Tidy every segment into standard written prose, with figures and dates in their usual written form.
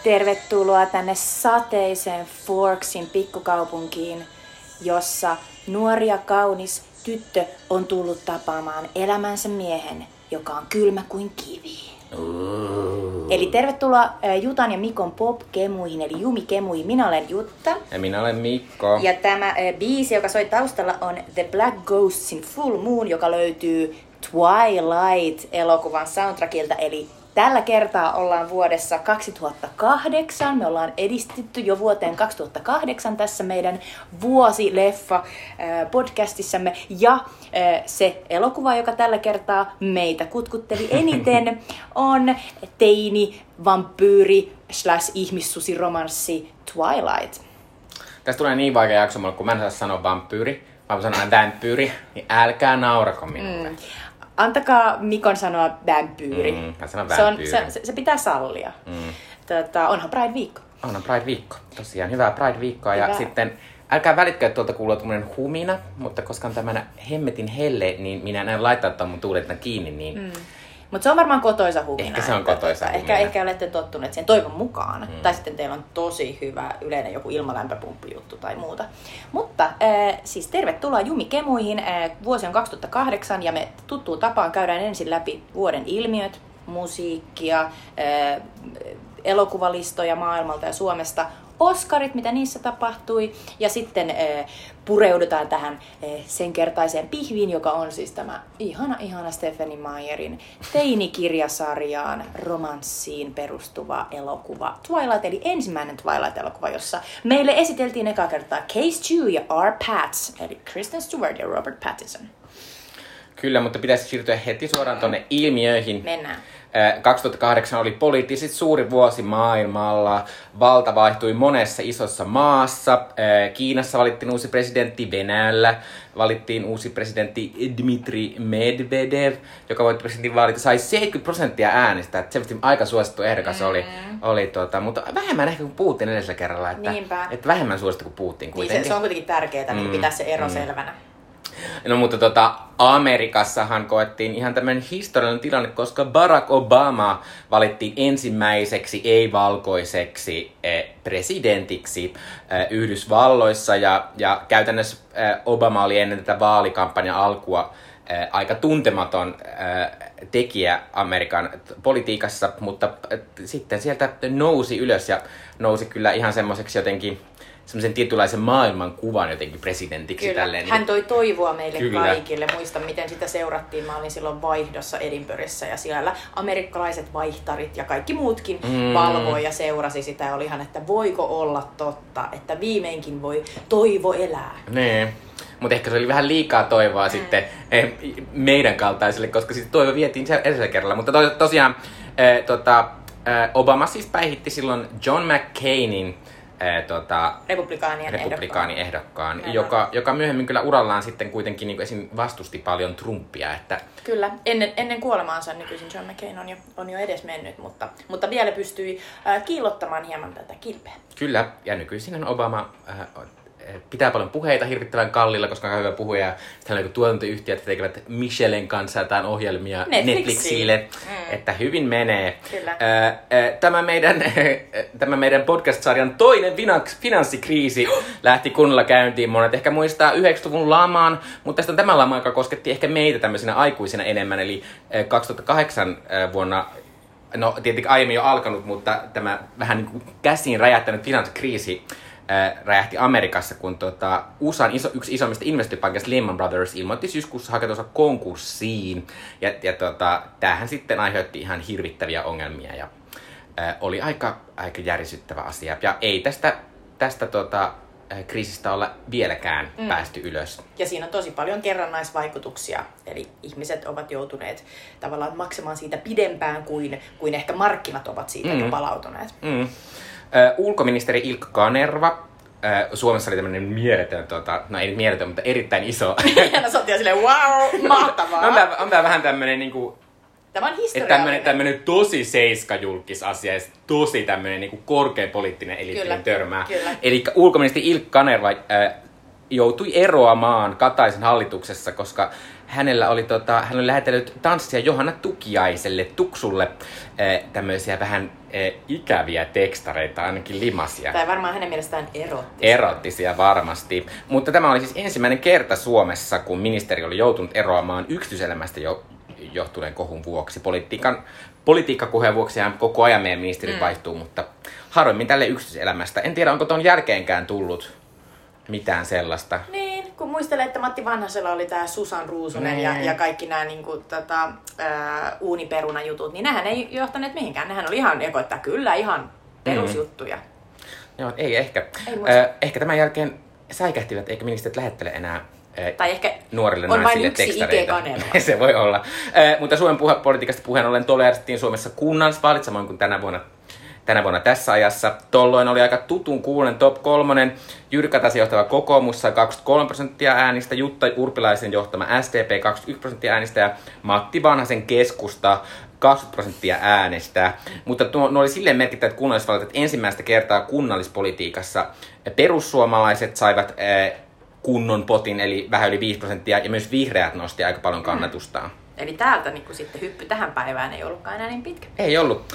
Tervetuloa tänne sateiseen Forksin pikkukaupunkiin, jossa nuori ja kaunis tyttö on tullut tapaamaan elämänsä miehen, joka on kylmä kuin kivi. Eli tervetuloa Jutan ja Mikon pop-kemuihin, eli Jumi-kemuihin. Minä olen Jutta. Ja minä olen Mikko. Ja tämä biisi, joka soi taustalla, on The Black Ghostsin Full Moon, joka löytyy Twilight-elokuvan soundtrackilta, eli tällä kertaa ollaan vuodessa 2008. Me ollaan edistetty jo vuoteen 2008 tässä meidän vuosileffa podcastissamme. Ja se elokuva, joka tällä kertaa meitä kutkutteli eniten, on teini, vampyyri / ihmissusiromanssi Twilight. Tästä tulee niin vaikea jakso mulle, kun mä en saa sanoa vampyyri, vaan sanon vampyyri, niin älkää naurako minulle. Antakaa Mikon sanoa vampyyri. Mä sanon vampyyri. Se pitää sallia. Onhan Pride-viikko. Onhan Pride-viikko. Tosiaan hyvää Pride-viikkoa. Hyvä. Ja sitten älkää välitkö, että tuolta kuuluu tämmönen humina, mutta koska on tämmönen hemmetin helle, niin minä en laittaa mun tuuletna kiinni. Niin Mutta se on varmaan kotoisa humina. Ehkä se on kotoisa humina. Ehkä olette tottuneet siihen toivon mukaan. Tai sitten teillä on tosi hyvä yleinen joku ilmalämpöpumppujuttu tai muuta. Mutta siis tervetuloa Jumi-kemuihin. Vuosi on 2008 ja me tuttuun tapaan käydään ensin läpi vuoden ilmiöt, musiikkia, elokuvalistoja maailmalta ja Suomesta, Oscarit, mitä niissä tapahtui, ja sitten pureudutaan tähän sen kertaiseen pihviin, joka on siis tämä ihana Stephenie Meyerin teinikirjasarjaan, romanssiin perustuva elokuva Twilight, eli ensimmäinen Twilight-elokuva, jossa meille esiteltiin eka kertaa Case Chew ja R. Pats, eli Kristen Stewart ja Robert Pattinson. Kyllä, mutta pitäisi siirtyä heti suoraan tonne ilmiöihin. Mennään. 2008 oli poliittisesti suuri vuosi maailmalla. Valta vaihtui monessa isossa maassa. Kiinassa valittiin uusi presidentti, Venäjällä valittiin uusi presidentti Dmitri Medvedev, joka voitti presidentinvaalit, sai 70% äänistä. Että selvästi aika suosittu ehdokas oli mutta vähemmän ehkä kuin Putin edellisellä kerralla. Että vähemmän suosittu kuin Putin kuitenkin. Niin se on kuitenkin tärkeää, niin pitää se ero selvänä. No mutta Amerikassahan koettiin ihan tämmöinen historiallinen tilanne, koska Barack Obama valittiin ensimmäiseksi ei-valkoiseksi presidentiksi Yhdysvalloissa ja käytännössä Obama oli ennen tätä vaalikampanjan alkua aika tuntematon tekijä Amerikan politiikassa, mutta sitten sieltä nousi ylös ja nousi kyllä ihan semmoiseksi jotenkin semmoisen tietynlaisen maailmankuvan jotenkin presidentiksi. Kyllä. Tälleen. Hän toi toivoa meille Kyllä. kaikille. Muistan, miten sitä seurattiin. Mä olin silloin vaihdossa Edinburghissa ja siellä amerikkalaiset vaihtarit ja kaikki muutkin valvoi ja seurasi sitä. Ja olihan, että voiko olla totta, että viimeinkin voi toivo elää. Nee. Mutta ehkä se oli vähän liikaa toivoa sitten meidän kaltaisille, koska sitten toivo vietiin edellisellä kerralla. Mutta tosiaan Obama siis päihitti silloin John McCainin republikaaniehdokkaan, joka myöhemmin kyllä urallaan sitten kuitenkin niin esim. Vastusti paljon Trumpia. Että Kyllä, ennen kuolemaansa nykyisin John McCain on jo edes mennyt, mutta vielä pystyi kiillottamaan hieman tätä kilpeä. Kyllä, ja nykyisin Obama pitää paljon puheita hirvittävän kallilla, koska on hyvä puhuja. Sitten on tuotantoyhtiöt tekevät Michellen kanssa jotain ohjelmia Netflixille, että hyvin menee. Tämä meidän podcast-sarjan toinen finanssikriisi lähti kunnolla käyntiin. Monet ehkä muistaa 90-luvun lamaan, mutta tästä on tämä lama, joka kosketti ehkä meitä tämmöisenä aikuisina enemmän. Eli 2008 vuonna, no tietenkin aiemmin jo alkanut, mutta tämä vähän niin kuin käsiin räjähtänyt finanssikriisi räjähti Amerikassa, kun USAn yksi isommista investointipankista Lehman Brothers ilmoitti syyskuussa haketonsa konkurssiin. Ja tämähän sitten aiheutti ihan hirvittäviä ongelmia ja oli aika järisyttävä asia. Ja ei tästä kriisistä olla vieläkään päästy ylös. Ja siinä on tosi paljon kerrannaisvaikutuksia, eli ihmiset ovat joutuneet tavallaan maksamaan siitä pidempään kuin ehkä markkinat ovat siitä jo palautuneet. Ulkoministeri Ilkka Kanerva. Suomessa oli tämmöinen mieletön, no ei nyt mieletön, mutta erittäin iso. Ja sä oot silleen, wow, mahtavaa. On tää vähän tämmönen niinku Tämä on historiallinen. Tämmönen tosi seiskajulkis asia ja tosi tämmönen niinku korkea poliittinen eliittinen törmää. Kyllä. Eli ulkoministeri Ilkka Kanerva joutui eroamaan Kataisen hallituksessa, koska hän oli lähetellyt tanssija Johanna Tukiaiselle, Tuksulle, tämmöisiä vähän ikäviä tekstareita, ainakin limasia. Tai varmaan hänen mielestään erottisia. Erottisia varmasti. Mutta tämä oli siis ensimmäinen kerta Suomessa, kun ministeri oli joutunut eroamaan yksityiselämästä johtuneen kohun vuoksi. Politiikkakoheen vuoksi koko ajan meidän ministerit vaihtuu, mutta harvemmin tälle yksityiselämästä. En tiedä, onko tuon jälkeenkään tullut mitään sellaista. Niin, kun muistelee, että Matti Vanhasella oli tää Susan Ruusunen ja kaikki nämä niinku, uuniperuna-jutut, niin nehän ei johtaneet mihinkään. Nehän oli ihan, että kyllä, ihan perusjuttuja. Joo, ei ehkä. Ehkä tämän jälkeen säikähtivät, eikä ministerit lähettele enää tai ehkä nuorille on naisille vain yksi IG-kanava. Se voi olla. Mutta Suomen politiikasta puheen ollen tuolla järjestettiin Suomessa kunnallisvaalit, samoin kuin tänä vuonna tässä ajassa. Tolloin oli aika tutun kuulen top 3. Jyrki Kataisen johtava kokoomus sai 23% äänistä, Jutta Urpilaisen johtama SDP 21% äänistä ja Matti Vanhasen keskusta 20% äänestä. Mutta ne oli silleen merkittävät kunnallisvaalit, että ensimmäistä kertaa kunnallispolitiikassa perussuomalaiset saivat kunnon potin, eli vähän yli 5%, ja myös vihreät nosti aika paljon kannatustaan. Eli täältä niin sitten hyppy tähän päivään ei ollutkaan enää niin pitkä. Ei ollut.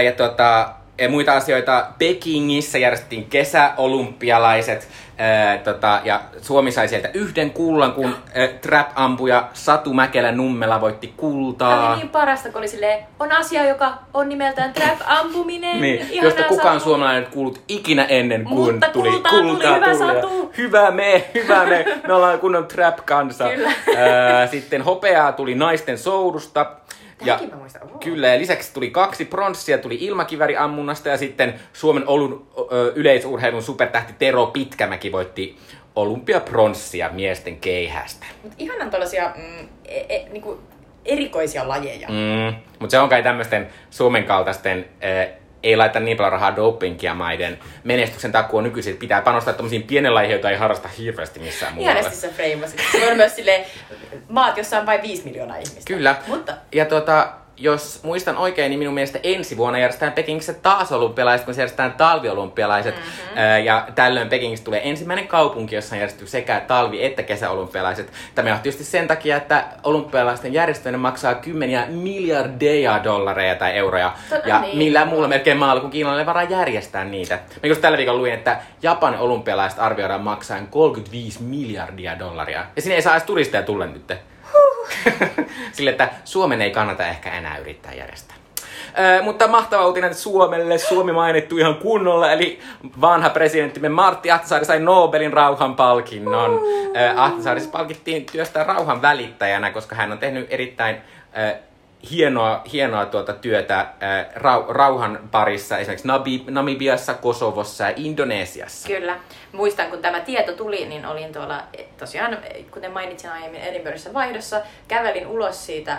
Ja muita asioita. Pekingissä järjestettiin kesäolympialaiset. Ja Suomi sai sieltä yhden kullan, kun trap-ampuja Satu Mäkelä Nummela voitti kultaa. Tämä oli niin parasta, kun oli silleen, on asia, joka on nimeltään trap-ampuminen. Niin, josta kukaan suomalainen ei kuullut ikinä ennen kuin mutta tuli kultaa. Tuli hyvä Satu. Hyvä me. Me ollaan kunnon trap-kansa. Sitten hopeaa tuli naisten soudusta. Tämäkin mä muistan. Kyllä, ja lisäksi tuli 2 pronssia, tuli ilmakiväriammunnasta ja sitten Suomen yleisurheilun supertähti Tero Pitkämäki voitti olympiapronssia miesten keihästä. Mutta ihanan tällaisia niinku erikoisia lajeja. Mutta se on kai tämmöisten Suomen kaltaisten ei laita niin paljon rahaa dopingia maiden menestyksen takuu on nykyisin, että pitää panostaa tommosiin pienen lajeihin, joita ei harrasta hirveästi missään muualla. Ihanasti sä freimasit. Se on myös silleen maat, jossa on vain 5 miljoonaa ihmistä. Kyllä. Mutta ja jos muistan oikein, niin minun mielestä ensi vuonna järjestetään Pekingissä taas olympialaiset, kun järjestetään talviolympialaiset. Ja tällöin Pekingistä tulee ensimmäinen kaupunki, jossa on järjestetty sekä talvi- että kesäolympialaiset. Tämä on tietysti sen takia, että olympialaisten järjestäminen maksaa kymmeniä miljardeja dollareja tai euroja. Millään muulla melkein maalla kuin Kiinalla ei varaa järjestää niitä. Mä just tällä viikolla luin, että Japanin olympialaiset arvioidaan maksaen 35 miljardia dollaria. Ja sinne ei saa edes turisteja tulla nyt. Sille, että Suomen ei kannata ehkä enää yrittää järjestää. Mutta mahtava uutinen Suomelle. Suomi mainittu ihan kunnolla, eli vanha presidenttimme Martti Ahtisaari sai Nobelin rauhanpalkinnon. Ahtisaari palkittiin työstään rauhan välittäjänä, koska hän on tehnyt erittäin hienoa työtä rauhan parissa, esimerkiksi Namibiassa, Kosovossa ja Indonesiassa. Kyllä. Muistan, kun tämä tieto tuli, niin olin tuolla, tosiaan, kuten mainitsin aiemmin, Edinburghissa vaihdossa. Kävelin ulos siitä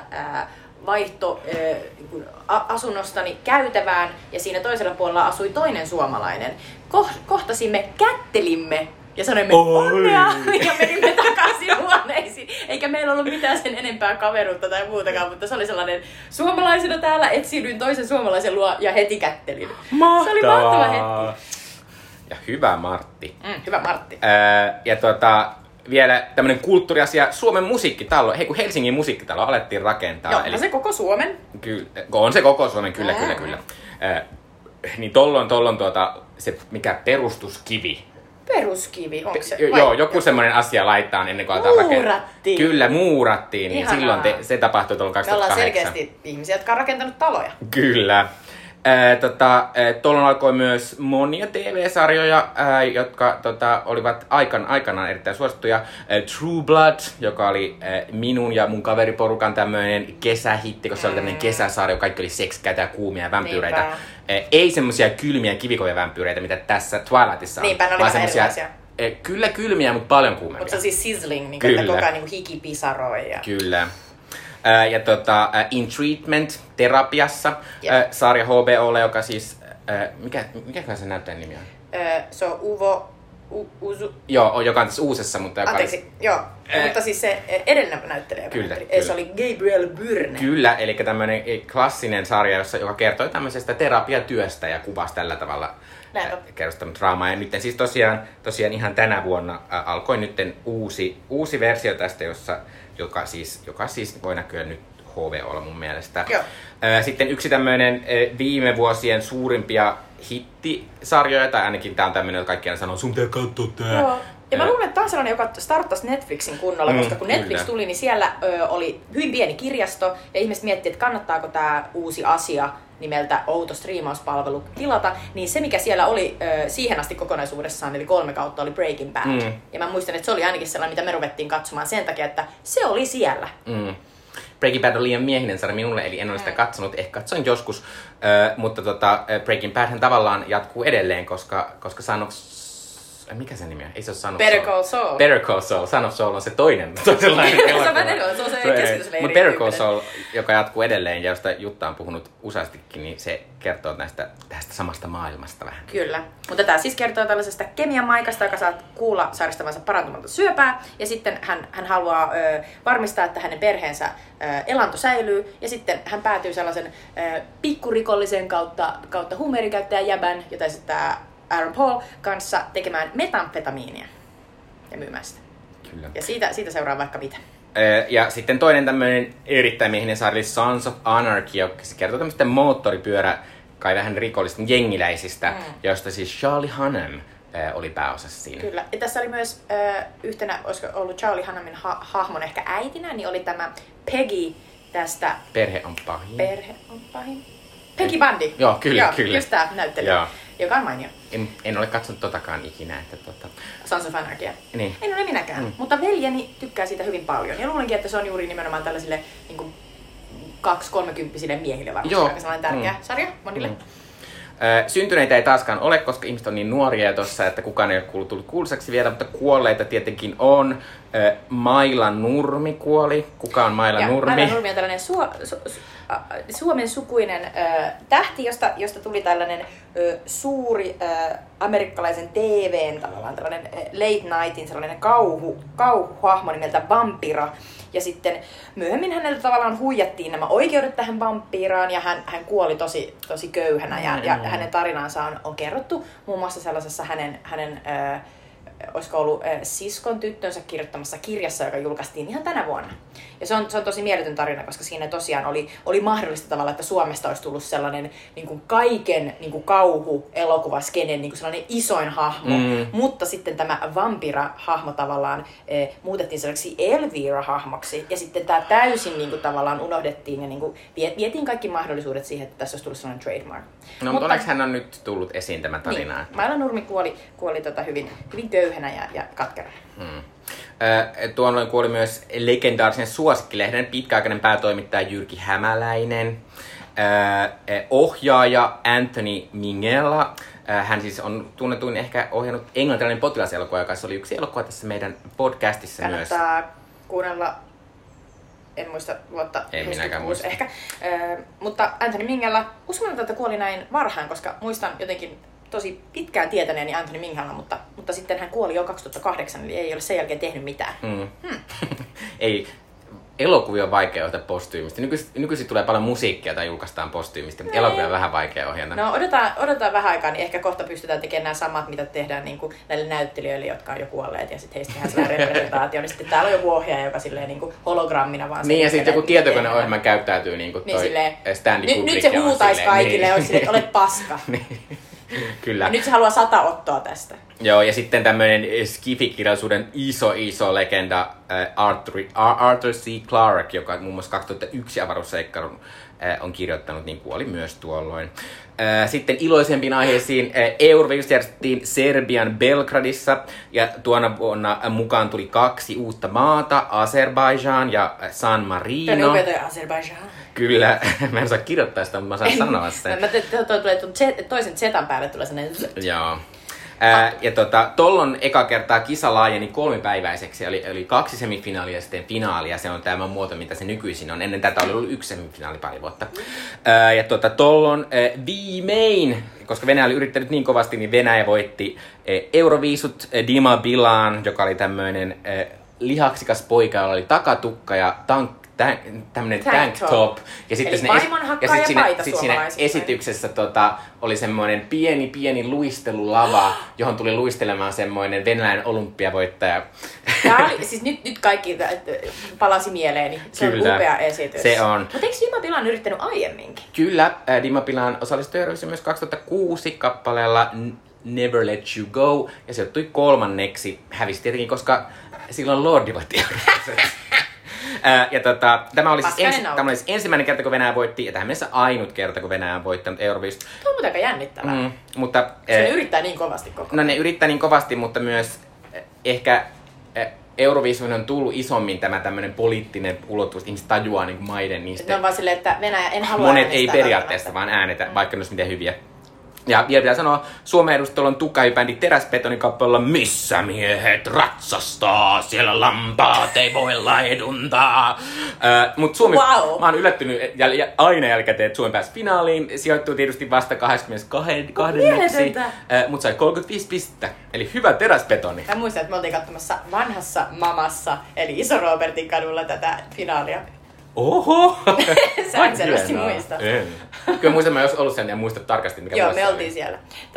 asunnostani käytävään, ja siinä toisella puolella asui toinen suomalainen. Kohtasimme, kättelimme ja sanoimme onnea ja menimme takaisin huoneisiin. Eikä meillä ollut mitään sen enempää kaveruutta tai muutakaan, mutta se oli sellainen suomalaisena täällä, etsiydyin toisen suomalaisen luo ja heti kättelin. Mahtavaa. Se oli mahtava hetki. Ja hyvä Martti. Hyvä Martti. Vielä tämmönen kulttuuriasia, Suomen musiikkitalo. Kun Helsingin musiikkitalo alettiin rakentaa. Joo, eli se koko Suomen. Kyllä, on se koko Suomen, kyllä. Niin tollon se mikä perustuskivi. Peruskivi, onko se? Joo, joku semmoinen asia laittaa ennen kuin aletaan rakentaa. Muurattiin. Kyllä, muurattiin. Niin Ihanaa. silloin se tapahtui tuolla 2008. Me ollaan selkeästi ihmisiä, jotka on rakentanut taloja. Kyllä. Tuolloin alkoi myös monia TV-sarjoja, jotka olivat aikanaan erittäin suosittuja. True Blood, joka oli minun ja mun kaveriporukan tämmöinen kesähitti, koska se oli tämmöinen kesäsarja, kaikki oli seksikäitä ja kuumia vampyyreitä. Ei semmosia kylmiä kivikovia vampyyreitä, mitä tässä Twilightissa on. Niinpä, ne oli vähän erilaisia. Kyllä kylmiä, mutta paljon kuumempia. Mutta se on siis sizzling, niin että koko ajan niin hiki pisaroi. Ja... Kyllä. In Treatment, terapiassa, sarja HBOlle, joka siis, mikä se näyttäjän nimi on? Se on Joo, joka on tässä uusessa, mutta joka Anteeksi, joo. Mutta siis se edellinen näyttelijä, Kyllä. se oli Gabriel Byrne. Kyllä, eli tämmöinen klassinen sarja, joka kertoi tämmöisestä terapiatyöstä ja kuvasi tällä tavalla kerrostamista draamaa. Ja nyt siis tosiaan ihan tänä vuonna alkoi nyt uusi versio tästä, joka siis voi näkyä nyt HBO:lla mun mielestä. Joo. Sitten yksi tämmöinen viime vuosien suurimpia hittisarjoja, tai ainakin tää on tämmöinen, että kaikki aina sanoo, sun pitää katsoa tää. Joo. Ja mä luulen, että tää on sellainen, joka starttasi Netflixin kunnolla, koska kun Netflix kyllä. tuli, niin siellä oli hyvin pieni kirjasto, ja ihmiset miettii, että kannattaako tää uusi asia nimeltä outo striimauspalvelu tilata, niin se mikä siellä oli siihen asti kokonaisuudessaan, eli 3 kautta, oli Breaking Bad. Ja mä muistan, että se oli ainakin sellainen, mitä me ruvettiin katsomaan sen takia, että se oli siellä. Breaking Bad on liian miehinen sarja minulle, eli en ole sitä katsonut. Ehkä katsoin joskus, mutta Breaking Badhän tavallaan jatkuu edelleen, koska mikä sen nimi on? Ei se ole Son of Better Saul. Call Saul. Better Call Saul. Son of Saul on se toisenlainen elokuva. Se on se keskitysleiri. Mutta Better Call Saul, joka jatkuu edelleen ja josta Jutta on puhunut useastikin, niin se kertoo tästä samasta maailmasta vähän. Kyllä. Mutta tämä siis kertoo tällaisesta kemiamaikasta, joka saa kuulla sairastavansa parantumatta syöpää. Ja sitten hän haluaa varmistaa, että hänen perheensä elanto säilyy. Ja sitten hän päätyy sellaisen pikkurikollisen kautta huumerikäyttäjän jäbän, jota sitten Aaron Paul kanssa tekemään metamfetamiinia ja myymään sitä. Kyllä. Ja siitä seuraa vaikka mitä. Ja sitten toinen tämmöinen erittäin miehinen sarja, eli Sons of Anarchy, joka kertoo tämmöistä kai vähän rikollisten jengiläisistä, josta siis Charlie Hunnam oli pääosassa siinä. Kyllä. Ja tässä oli myös yhtenä, olisiko ollut Charlie Hunnamin hahmon ehkä äitinä, niin oli tämä Peggy tästä... Perhe on pahin. Peggy Bundy. Joo, kyllä. Just tää näyttelijä, Joo. joka on mainio. En ole katsonut totakaan ikinä. Sons of Anarchy. Niin. En ole minäkään, mutta veljeni tykkää siitä hyvin paljon. Ja luulenkin, että se on juuri nimenomaan tällaisille niin 2-30-vuotiaille miehille varmasti aika sellainen tärkeä sarja monille. Syntyneitä ei taaskaan ole, koska ihmiset on niin nuoria tuossa, että kukaan ei ole tullut kuuluisaksi vielä, mutta kuolleita tietenkin on. Maila Nurmi kuoli. Kuka on Maila Nurmi? Maila Nurmi on tällainen Suomen sukuinen tähti, josta tuli tällainen suuri amerikkalaisen TV:n tavallaan tällainen late nightin sellainen kauhuhahmo nimeltä Vampira. Ja sitten myöhemmin häneltä tavallaan huijattiin nämä oikeudet tähän vampiraan ja hän kuoli tosi köyhänä ja hänen tarinansa on kerrottu muun muassa sellaisessa hänen olisiko ollut siskon tyttönsä kirjoittamassa kirjassa, joka julkaistiin ihan tänä vuonna. Ja se on tosi mieletön tarina, koska siinä tosiaan oli mahdollista tavalla, että Suomesta olisi tullut sellainen niin kuin kaiken niin kuin kauhu-elokuvaskenen niin kuin sellainen isoin hahmo. Mutta sitten tämä vampira-hahmo tavallaan muutettiin sellaiseksi Elvira-hahmoksi. Ja sitten tämä täysin niin kuin tavallaan unohdettiin ja niin kuin vietiin kaikki mahdollisuudet siihen, että tässä olisi tullut sellainen trademark. No, mutta onneksi hän on nyt tullut esiin tämän tarinaan. Niin. Maila Nurmi kuoli hyvin köyhänä ja katkerana. Tuolloin kuoli myös legendaarisen Suosikkilehden pitkäaikainen päätoimittaja Jyrki Hämäläinen, ohjaaja Anthony Minghella. Hän siis on tunnetuin ehkä ohjannut englantilainen potilaselokuva, joka oli yksi elokuva tässä meidän podcastissa myös. Kannattaa kuunnella, en muista vuotta, ei minäkään muista. Ehkä. Mutta Anthony Minghella, uskon, että kuoli näin varhain, koska muistan jotenkin tosi pitkään tietäneeni Anthony Minghella, mutta sitten hän kuoli jo 2008, eli ei ole sen jälkeen tehnyt mitään. Ei, elokuvia on vaikea ohjata postyymisti. Nykyisin tulee paljon musiikkia tai julkaistaan postyymisti, mutta elokuvia on vähän vaikea ohjata. No odotetaan vähän aikaa, niin ehkä kohta pystytään tekemään nämä samat, mitä tehdään niin kuin näille näyttelijöille, jotka on jo kuolleet, ja sitten heistä tehdään sellainen representaatio, niin sitten täällä on joku ohjaaja, joka silleen niin kuin hologrammina vaan... Niin, ja sitten joku tietokoneohjelma käyttäytyy niin kuin toi Stanley Kubrick. Nyt se huutaisi kaikille ja olisi silleen, että olet paska. Kyllä. Ja nyt se haluaa 100 ottoa tästä. Joo, ja sitten tämmöinen skifi-kirjallisuuden iso legenda Arthur C. Clarke, joka muun muassa 2001 avaruusseikkailun on kirjoittanut, niin kuoli myös tuolloin. Sitten iloisempiin aiheisiin Euroviisut järjestettiin Serbian Belgradissa, ja tuona vuonna mukaan tuli 2 uutta maata, Azerbaijan ja San Marino. Tänne upeata Azerbaijan. Kyllä, mä en saa kirjoittaa sitä, mutta mä saan sanoa sen. Mä tulee toisen zetan päälle tulee sellainen... Joo. Ja tollon eka kertaa kisa laajeni 3-päiväiseksi, oli 2 semifinaalia ja sitten finaalia. Se on tämä muoto, mitä se nykyisin on. Ennen tätä oli ollut 1 semifinaali pari vuotta. Ja tollon viimein, koska Venäjä oli yrittänyt niin kovasti, niin Venäjä voitti Euroviisut Dima Bilan, joka oli tämmöinen lihaksikas poika, jolla oli takatukka ja tämmönen tank top. Ja sitten siinä esityksessä oli semmoinen pieni luistelulava, johon tuli luistelemaan semmoinen venäläinen olympiavoittaja. Tämä oli, siis nyt kaikki palasi mieleeni. Se on upea esitys. Se on. Mutta eikö Dima Bilan yrittänyt aiemminkin? Kyllä, Dima Bilan osallistui Eurovisioon myös 2006 kappaleella Never Let You Go. Ja se ottui 3. Hävisi tietenkin, koska silloin Lordi voitti Eurovisioon. Ja tämä oli siis ensimmäinen kerta, kun Venäjä voitti, ja tähän mennessä ainut kerta, kun Venäjä on voittanut Euroviisut. Tuo on aika jännittävää. Mutta, se yrittää niin kovasti koko ajan. No ne yrittää niin kovasti, mutta myös ehkä Euroviisuihin on tullut isommin tämä tämmöinen poliittinen ulottuvuus, ihmiset tajuaa niin kuin maiden niistä. Ne on vaan silleen, että Venäjä en halua monet ei periaatteessa vaan äänetä, vaikka ne olisi miten hyviä. Ja vielä pitää sanoa, Suomen edustajalla on Tukai-bändi Teräsbetonin kappaleella Missä miehet ratsastaa, siellä lampaat ei voi laiduntaa. Mut Suomi, wow. Mä oon yllättynyt ja aina jälkikäteen, että Suomi pääsi finaaliin. Sijoittuu tietysti vasta 22. Mutta sai 35 pistettä. Eli hyvä Teräsbetoni. Mä muistan, että me oltiin katsomassa vanhassa mamassa, eli Iso Robertin kadulla tätä finaalia. Oho! Sä et selvästi muista. Kyllä muistan, mä jos ollut sen ja muistat tarkasti, mikä joo, me oltiin siellä.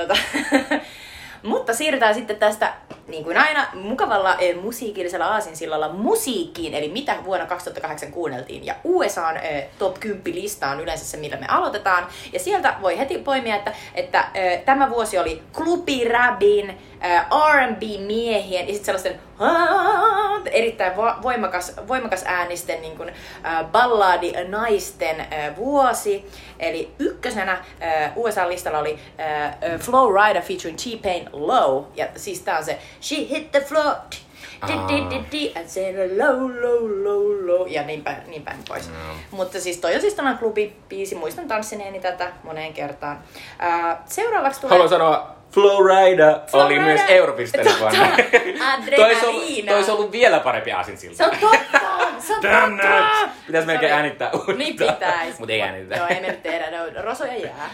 Mutta siirrytään sitten tästä, niin kuin aina, mukavalla musiikillisella aasinsillalla musiikkiin, eli mitä vuonna 2008 kuunneltiin. Ja USAn top 10 lista on yleensä se, millä me aloitetaan. Ja sieltä voi heti poimia, että tämä vuosi oli klubirabin, R&B-miehien ja sitten sellaisten erittäin voimakas äänisten niin kuin, balladi-naisten vuosi. Eli ykkösenä USA-listalla oli Flow Rida featuring T-Pain Low. Ja siis tää on se She hit the floor and said low ja niin päin pois. Mutta siis toi on siis tämä klubi-biisi. Muistan tanssineeni tätä moneen kertaan. Seuraavaksi tulee... Haluan sanoa, Flowrida oli myös Eurovisioiden vuonna. Adrenaliina. Toi olisi ollut vielä parempi aasinsilta. Se on totta! Pitäis melkein äänittää uudestaan. Niin pitäis. Mut ei äänitetä. Joo, ei me nyt tehdä. No, rosoja jää.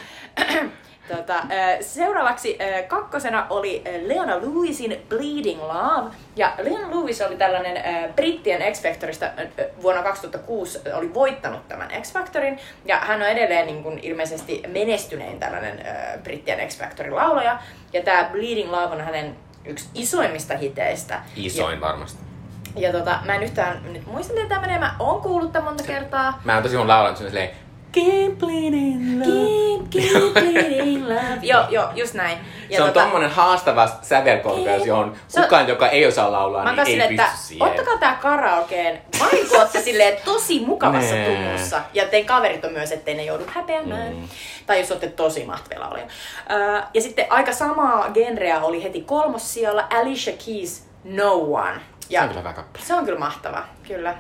Seuraavaksi kakkosena oli Leona Lewisin Bleeding Love. Ja Leona Lewis oli tällainen brittien X-Factorista vuonna 2006 oli voittanut tämän X-Factorin. Ja hän on edelleen niin kuin, ilmeisesti menestynein tällainen brittien X-Factorin laulaja. Ja tämä Bleeding Love on hänen yksi isoimmista hiteistä. Isoin varmasti. Ja mä en yhtään nyt muista, miten tämä menee. Mä oon kuullut tämän monta kertaa. Mä oon tosi laulanut sen silleen Keep bleeding love. Keep bleeding love. Joo, just näin. Ja se on tommonen haastava sävelkorkeus, johon kukaan, joka ei osaa laulaa, niin ei pysty siihen. Ottakaa tää karaokeen, vain kun ootte silleen tosi mukavassa tunnussa. Ja teidän kaverit on myös, ettei ne joudu häpeämään. Tai jos ootte tosi mahtavia laulaja. Ja sitten aika samaa genreä oli heti 3. sijalla Alicia Keys No One. Ja se on kyllä hyvä kappale. Se on kyllä mahtava, kyllä.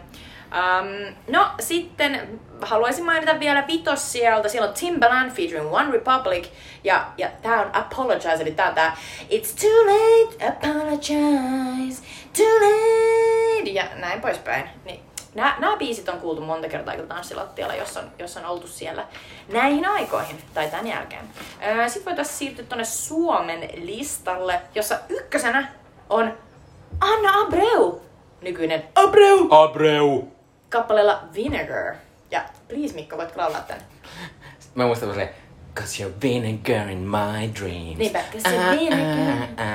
No sitten haluaisin mainita vielä 5. sieltä. Siellä on Timbaland featuring One Republic. Ja tää on Apologize, eli tää on tää It's too late, apologize, too late. Ja näin poispäin. Niin, nämä biisit on kuultu monta kertaa tanssilattialla, jos on oltu siellä näihin aikoihin tai tämän jälkeen. Sitten voitaisiin siirtyä tonne Suomen listalle, jossa ykkösenä on Anna Abreu. Nykyinen Abreu! Kappaleella Vinegar. Ja please Mikko, voitko laulaa tän? Mä muistan se Cause you're vinegar in my dreams. Niinpä. Cause you're vinegar.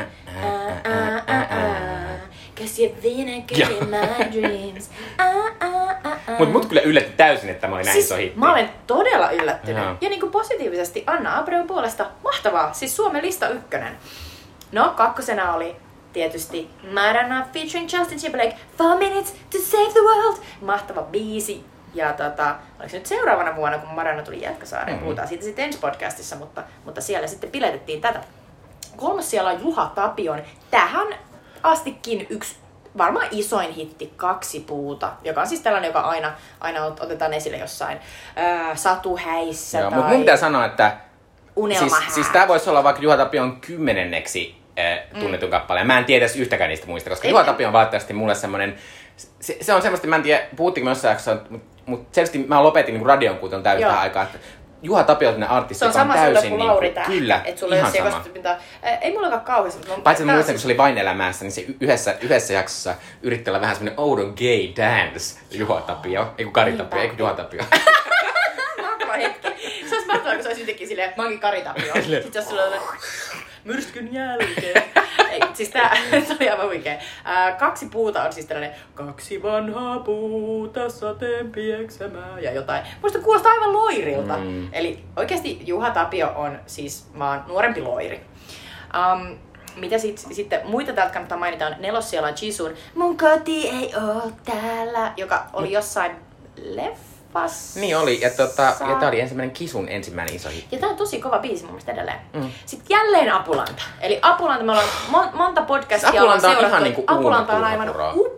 Cause you're vinegar in my dreams. Mut kyllä yllätti täysin, että mä olin näin iso hitti. Mä olen todella yllättynyt. Ja niinku positiivisesti Anna Abreu puolesta mahtavaa. Siis Suomen lista 1. No, 2. oli tietysti Madonna featuring Justin Timberlake 4 Minutes to Save the World. Mahtava biisi. Ja oliko se nyt seuraavana vuonna, kun Madonna tuli Jätkäsaareen? Puhutaan siitä sitten ensi podcastissa, mutta siellä sitten piletettiin tätä. 3. siellä on Juha Tapion. Tähän astikin yksi varmaan isoin hitti, 2 puuta, joka on siis tällainen, joka aina otetaan esille jossain satuhäissä. Joo, mutta mun pitää sanoa, että Unelmahää. siis tää voisi olla vaikka Juha Tapion 10. tunnetun kappaleen. Mä en tiedä yhtäkään niistä muista, koska Juha Tapio on valitettavasti mulle semmoinen... Se on semmoista, mä en tiedä, puhuttiinko me jossain jaksossa, mutta selvästi mä lopetin niin radion kuutelun täysin tähän aikaan, että Juha Tapio on sellainen artisti, joka on täysin... Se on sama sulle kuin Lauri Tähkä. Kyllä, et sulla ihan sama. Ei mullakaan kauheasti. Paitsi mä muistan, kun se oli Vain elämässä, niin se yhdessä jaksossa yritti olla vähän semmoinen oudon gay dance Juha Tapio. Ei kun Kari Tapio, ei kun Juha Tapio. Mahtava hetki. Se olisi mahtavaa, kun se olisi jotenkin silleen, mä oonkin Kari Tapio. Sitten jos sulla on myrskyn jälkeen. Ei, siis tää oli aivan huikee. 2 puuta on siis tällainen 2 vanhaa puuta sateen pieksämää ja jotain. Musta kuulostaa aivan loirilta. Eli oikeasti Juha Tapio on siis maan nuorempi loiri. Mitä sitten muita täältä kannattaa mainita on Nelossielan Chisun Mun koti ei oo täällä, joka oli jossain leffassa. Niin oli, ja tää oli ensimmäinen Kisun ensimmäinen iso hitti. Ja tää on tosi kova biisi mun mielestä edelleen. Sitten jälleen Apulanta. Eli Apulanta, me ollaan monta podcastia Apulanta on ihan niinku Apulanta on aivan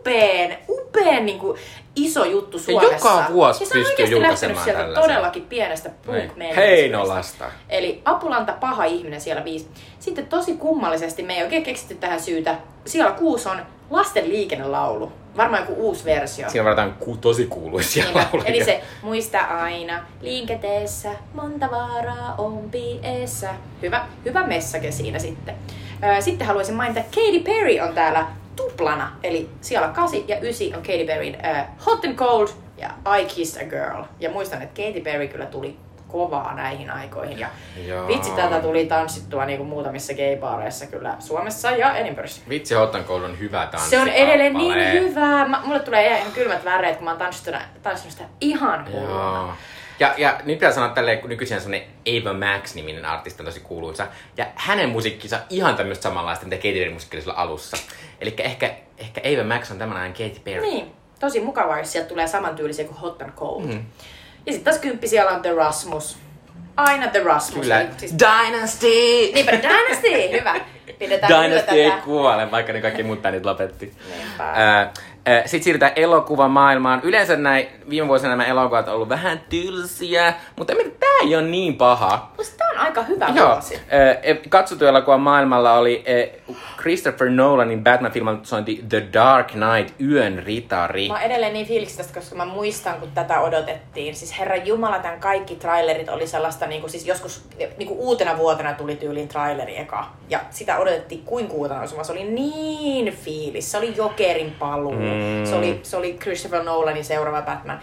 upeen niinku iso juttu Suomessa. Ja joka vuosi pystyy julkaisemaan tällaisen. Todellakin pienestä punk-menistä. Heinolasta. Eli Apulanta, paha ihminen siellä 5. Sitten tosi kummallisesti, me ei oikein keksitty tähän syytä. Siellä 6 on lasten liikennelaulu. Varmaan joku uusi versio. Siinä varataan tosi kuuluisia lauluja. Eli se muista aina liikenteessä, monta vaaraa on pieessä. Hyvä message siinä sitten. Sitten haluaisin mainita, Katy Perry on täällä tuplana. Eli siellä 8 ja 9 on Katy Perryn Hot and Cold ja I Kissed a Girl. Ja muistan, että Katy Perry kyllä tuli kovaa näihin aikoihin. Ja vitsi, tätä tuli tanssittua niin kuin muutamissa gaybaareissa kyllä Suomessa ja Edinburghissa. Vitsi, Hot and Cold on hyvä tanssi. Se on edelleen niin hyvä. Mulle tulee ihan kylmät väreet, kun mä oon tanssinut sitä ihan hulluna. Ja nyt pitää sanoa tälleen, kun nykyisin semmonen Ava Max-niminen artisti on tosi kuuluisa. Ja hänen musiikkinsa on ihan tämmöistä samanlaista, mitä Katy Perry musiikki oli sillä alussa. Eli ehkä Ava Max on tämmönen Katy Perry. Niin, tosi mukavaa, jos sieltä tulee samantyylisiä kuin Hot and Cold. Ja sitten taas 10 siellä on The Rasmus. Aina The Rasmus. Kyllä. Siis... Dynasty! Niinpä, Dynasty! Hyvä. Pidetään Dynasty ei kuole, vaikka ne kaikki muut bändit lopetti. Sitten siirrytään elokuvamaailmaan. Yleensä viime vuosina nämä elokuvat on ollut vähän tylsiä, mutta tää ei ole niin paha. Musta tää on aika hyvä vuosi. Katsottu elokuva maailmalla oli Christopher Nolanin Batman-filmatisointi The Dark Knight, Yön ritari. Mä oon edelleen niin fiiliksi tästä, koska mä muistan, kun tätä odotettiin. Siis herra jumala, tämän kaikki trailerit oli sellaista, siis joskus uutena vuotena tuli tyyliin traileri eka. Ja sitä odotettiin kuin uutena, se oli niin fiilis. Se oli Jokerin paluu. Se oli Christopher Nolanin seuraava Batman.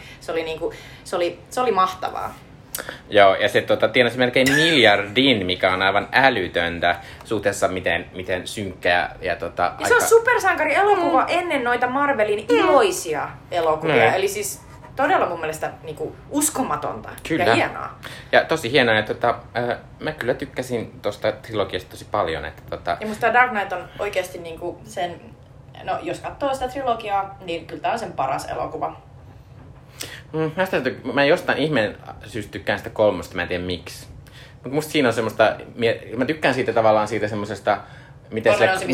Se oli mahtavaa. Joo, ja se tienasi melkein miljardin, mikä on aivan älytöntä suhteessa miten synkkä ja se on supersankari elokuva ennen noita Marvelin iloisia elokuvia. Eli siis todella mun mielestä uskomatonta ja hienoa. Ja tosi hienoa, että mä kyllä tykkäsin tosta trilogiasta tosi paljon. Että Ja musta Dark Knight on oikeesti sen, no jos katsoo sitä trilogiaa, niin kyllä tää on sen paras elokuva. Mä jostain ihmeen syystä tykkään sitä 3, mä en tiedä miksi. Mutta musta siinä on semmoista, mä tykkään siitä tavallaan siitä semmosesta, mitä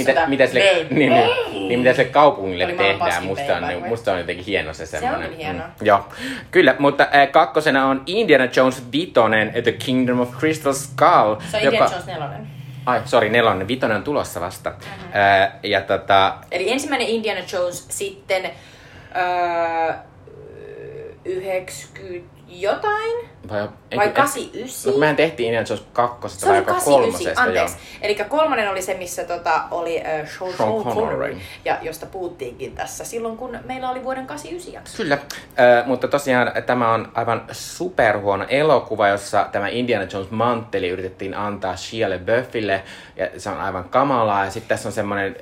sille kaupungille tehdään. Musta on jotenkin hieno se semmoinen. Se on hieno. Joo, kyllä, mutta 2 on Indiana Jones 5, The Kingdom of Crystal Skull. Se on Indiana Jones 4. Ai, sori, 4. 5 on tulossa vasta. Eli ensimmäinen Indiana Jones, sitten 90 jotain? Vai 89? No, mehän tehtiin Indiana Jones 2 se vai 3. Anteeksi. Eli 3 oli se, missä oli Sean Connery, ja josta puhuttiinkin tässä silloin, kun meillä oli vuoden 89 jakso. Kyllä, mutta tosiaan tämä on aivan superhuono elokuva, jossa tämä Indiana Jones mantteli yritettiin antaa Shia LaBeoufille, ja se on aivan kamalaa, ja sitten tässä on semmoinen,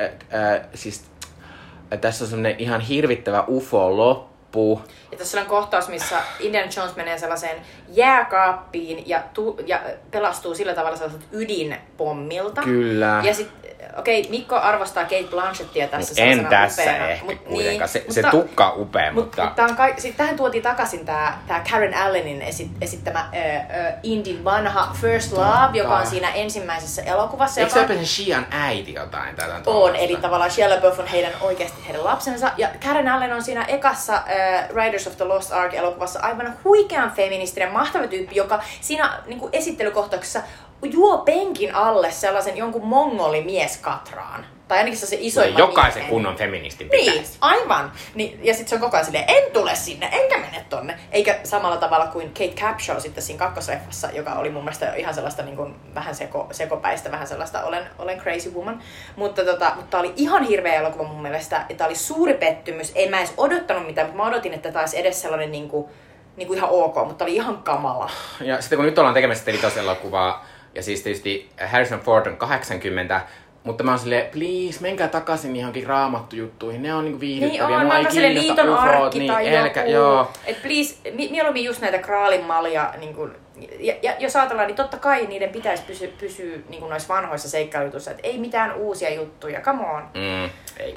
tässä on semmoinen ihan hirvittävä UFO-loppu. Ja tässä on kohtaus, missä Indiana Jones menee sellaiseen jääkaappiin ja pelastuu sillä tavalla sellaiselta ydinpommilta. Kyllä. Ja Mikko arvostaa Cate Blanchettia tässä en tässä upeana. ehkä kuitenkaan. Se tukka on upea, mutta... Sitten tähän tuotiin takaisin tää Karen Allenin esittämä Indin vanha First Love, joka on siinä ensimmäisessä elokuvassa. Eikö se ole sen Shian äiti jotain? On, eli tavallaan Shia LaBeouf on oikeasti heidän lapsensa. Ja Karen Allen on siinä ekassa Riders of the Lost Ark -elokuvassa aivan huikean feministinen, mahtava tyyppi, joka siinä esittelykohtauksessa juo penkin alle sellaisen jonkun mongolimies-katraan. Tai ainakin se isoimman jokaisen miehen. kunnon feministin pitäisi. Niin, aivan. Niin, ja sitten se on koko ajan silleen, en tule sinne, enkä mene tonne. Eikä samalla tavalla kuin Kate Capshaw sitten siinä kakkosleffassa, joka oli mun mielestä ihan sellaista niin kuin, vähän sekopäistä, vähän sellaista olen crazy woman. Mutta tää oli ihan hirveä elokuva mun mielestä. Ja tää oli suuri pettymys. En mä edes odottanut mitään, mutta mä odotin, että tää olisi edes sellainen niin kuin ihan ok, mutta oli ihan kamala. Ja sitten kun nyt ollaan tekemässä vitoselokuvaa, ja siis tietysti Harrison Ford on 80, mutta mä oon silleen, please, menkää takaisin johonkin raamattujuttuihin, ne on niinku viihdyttäviä. Niin on, mä oon silleen liiton arkki niin, tai joku. Joo. Et please, mieluummin just näitä kraalin malja, niin kun, ja jos ajatellaan, niin totta kai niiden pitäisi pysyä niin kuin noissa vanhoissa seikkailutuissa, että ei mitään uusia juttuja, come on. Ei.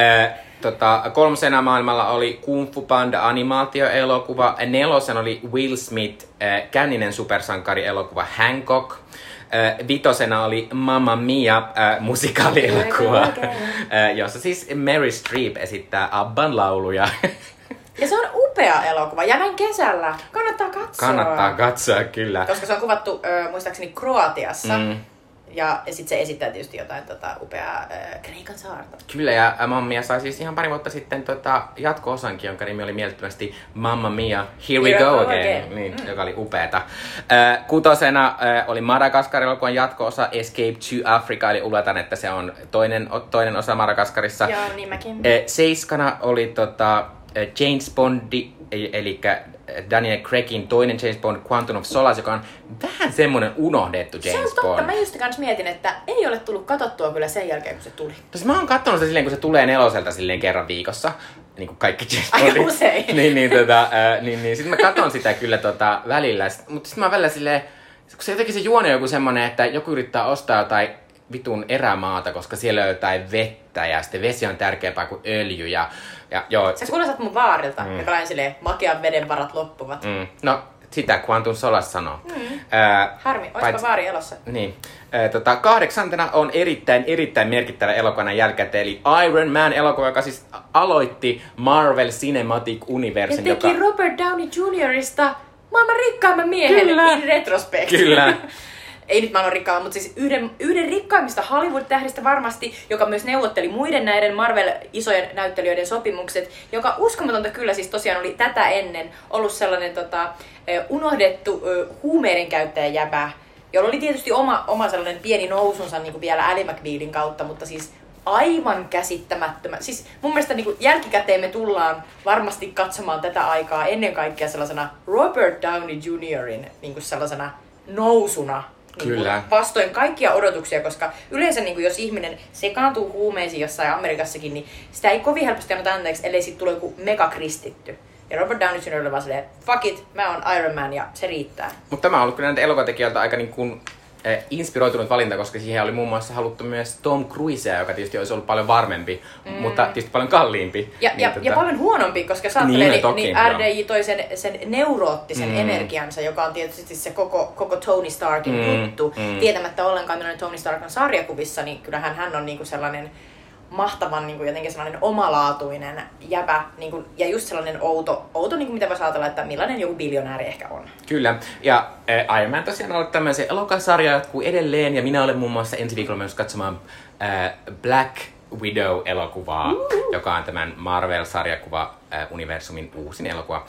Kolmosena maailmalla oli Kung Fu Panda animaatioelokuva, nelosen oli Will Smith, känninen supersankari-elokuva Hancock, vitosena oli Mamma Mia musikaalielokuva, jossa siis Mary Streep esittää Abban lauluja. Ja se on upea elokuva, ja näin kesällä. Kannattaa katsoa. Kannattaa katsoa, kyllä. Koska se on kuvattu muistaakseni Kroatiassa. Ja sitten se esittää tietysti jotain upeaa Kreikan saarta. Kyllä, ja Mamma Mia sai siis ihan pari vuotta sitten jatko-osankin, jonka nimi oli mielettömästi Mamma Mia, Here We Go Again, niin, joka oli upeata. Kutosena oli Madagaskar-elokuvan jatko-osa Escape to Africa, eli oletan, että se on toinen osa Madagaskarissa. Joo, niin mäkin. Seiskana oli James Bondi, eli Daniel Craigin toinen James Bond, Quantum of Solace, joka on vähän semmoinen unohdettu James Bond. Se on totta, mä just kans mietin, että ei ole tullut katsottua kyllä sen jälkeen, kun se tuli. Mä oon katsonut sitä silleen, kun se tulee neloselta silleen kerran viikossa, niin kuin kaikki James Bondit. Aika usein. niin, sit mä katson sitä kyllä välillä, mutta sit mä oon välillä silleen, kun se jotenkin se juoni on joku semmonen, että joku yrittää ostaa jotain vitun erämaata, koska siellä on jotain vettä ja sitten vesi on tärkeämpää kuin öljy ja joo. Sä kuulostat mun vaarilta, joka on silleen, makean veden varat loppuvat. No, sitä Quantum Solace sanoo. Harmi, oispa vaari elossa. Niin. Kahdeksantena on erittäin merkittävä elokuvan jälkäteen, eli Iron Man elokuva, joka siis aloitti Marvel Cinematic Universen. Ja teki Robert Downey Jr.ista maailman rikkaimman miehen in retrospect. Kyllä. Ei nyt maailman rikkaamman, mutta siis yhden rikkaimmista Hollywood-tähdistä varmasti, joka myös neuvotteli muiden näiden Marvel-isojen näyttelijöiden sopimukset, joka uskomatonta kyllä siis tosiaan oli tätä ennen ollut sellainen unohdettu huumeiden käyttäjän jäbä, jolla oli tietysti oma sellainen pieni nousunsa niin kuin vielä Ally McBealin kautta, mutta siis aivan käsittämättömä. Siis mun mielestä niin kuin jälkikäteen me tullaan varmasti katsomaan tätä aikaa ennen kaikkea sellaisena Robert Downey Jr.in niin kuin sellaisena nousuna. Kyllä. Vastoin kaikkia odotuksia, koska yleensä niin kuin jos ihminen sekaantuu huumeisiin jossain Amerikassakin, niin sitä ei kovin helposti anneta anteeksi, ellei siitä tule joku megakristitty. Ja Robert Downey Jr. oli vaan silleen, fuck it, mä oon Iron Man ja se riittää. Mutta tämä on ollut kyllä näitä elokuvatekijöiltä aika niin kuin inspiroitunut valinta, koska siihen oli muun muassa haluttu myös Tom Cruisea, joka tietysti olisi ollut paljon varmempi, mutta tietysti paljon kalliimpi. Ja paljon huonompi, koska sä ajattelee, niin RDJ toi sen neuroottisen energiansa, joka on tietysti se koko Tony Starkin juttu. Tietämättä ollenkaan, millainen Tony Stark on sarjakuvissa, niin kyllähän hän on niinku sellainen mahtavan niin kuin jotenkin sellainen omalaatuinen jäbä niin kuin, ja just sellainen outo niin kuin mitä voisi ajatella, että millainen joku biljonääri ehkä on. Kyllä. Ja Iron Man tosiaan on ollut tämmöisen elokuvasarja jatkuu edelleen ja minä olen muun muassa ensi viikolla myös katsomaan Black Widow-elokuvaa, joka on tämän Marvel-sarjakuva universumin uusin elokuva.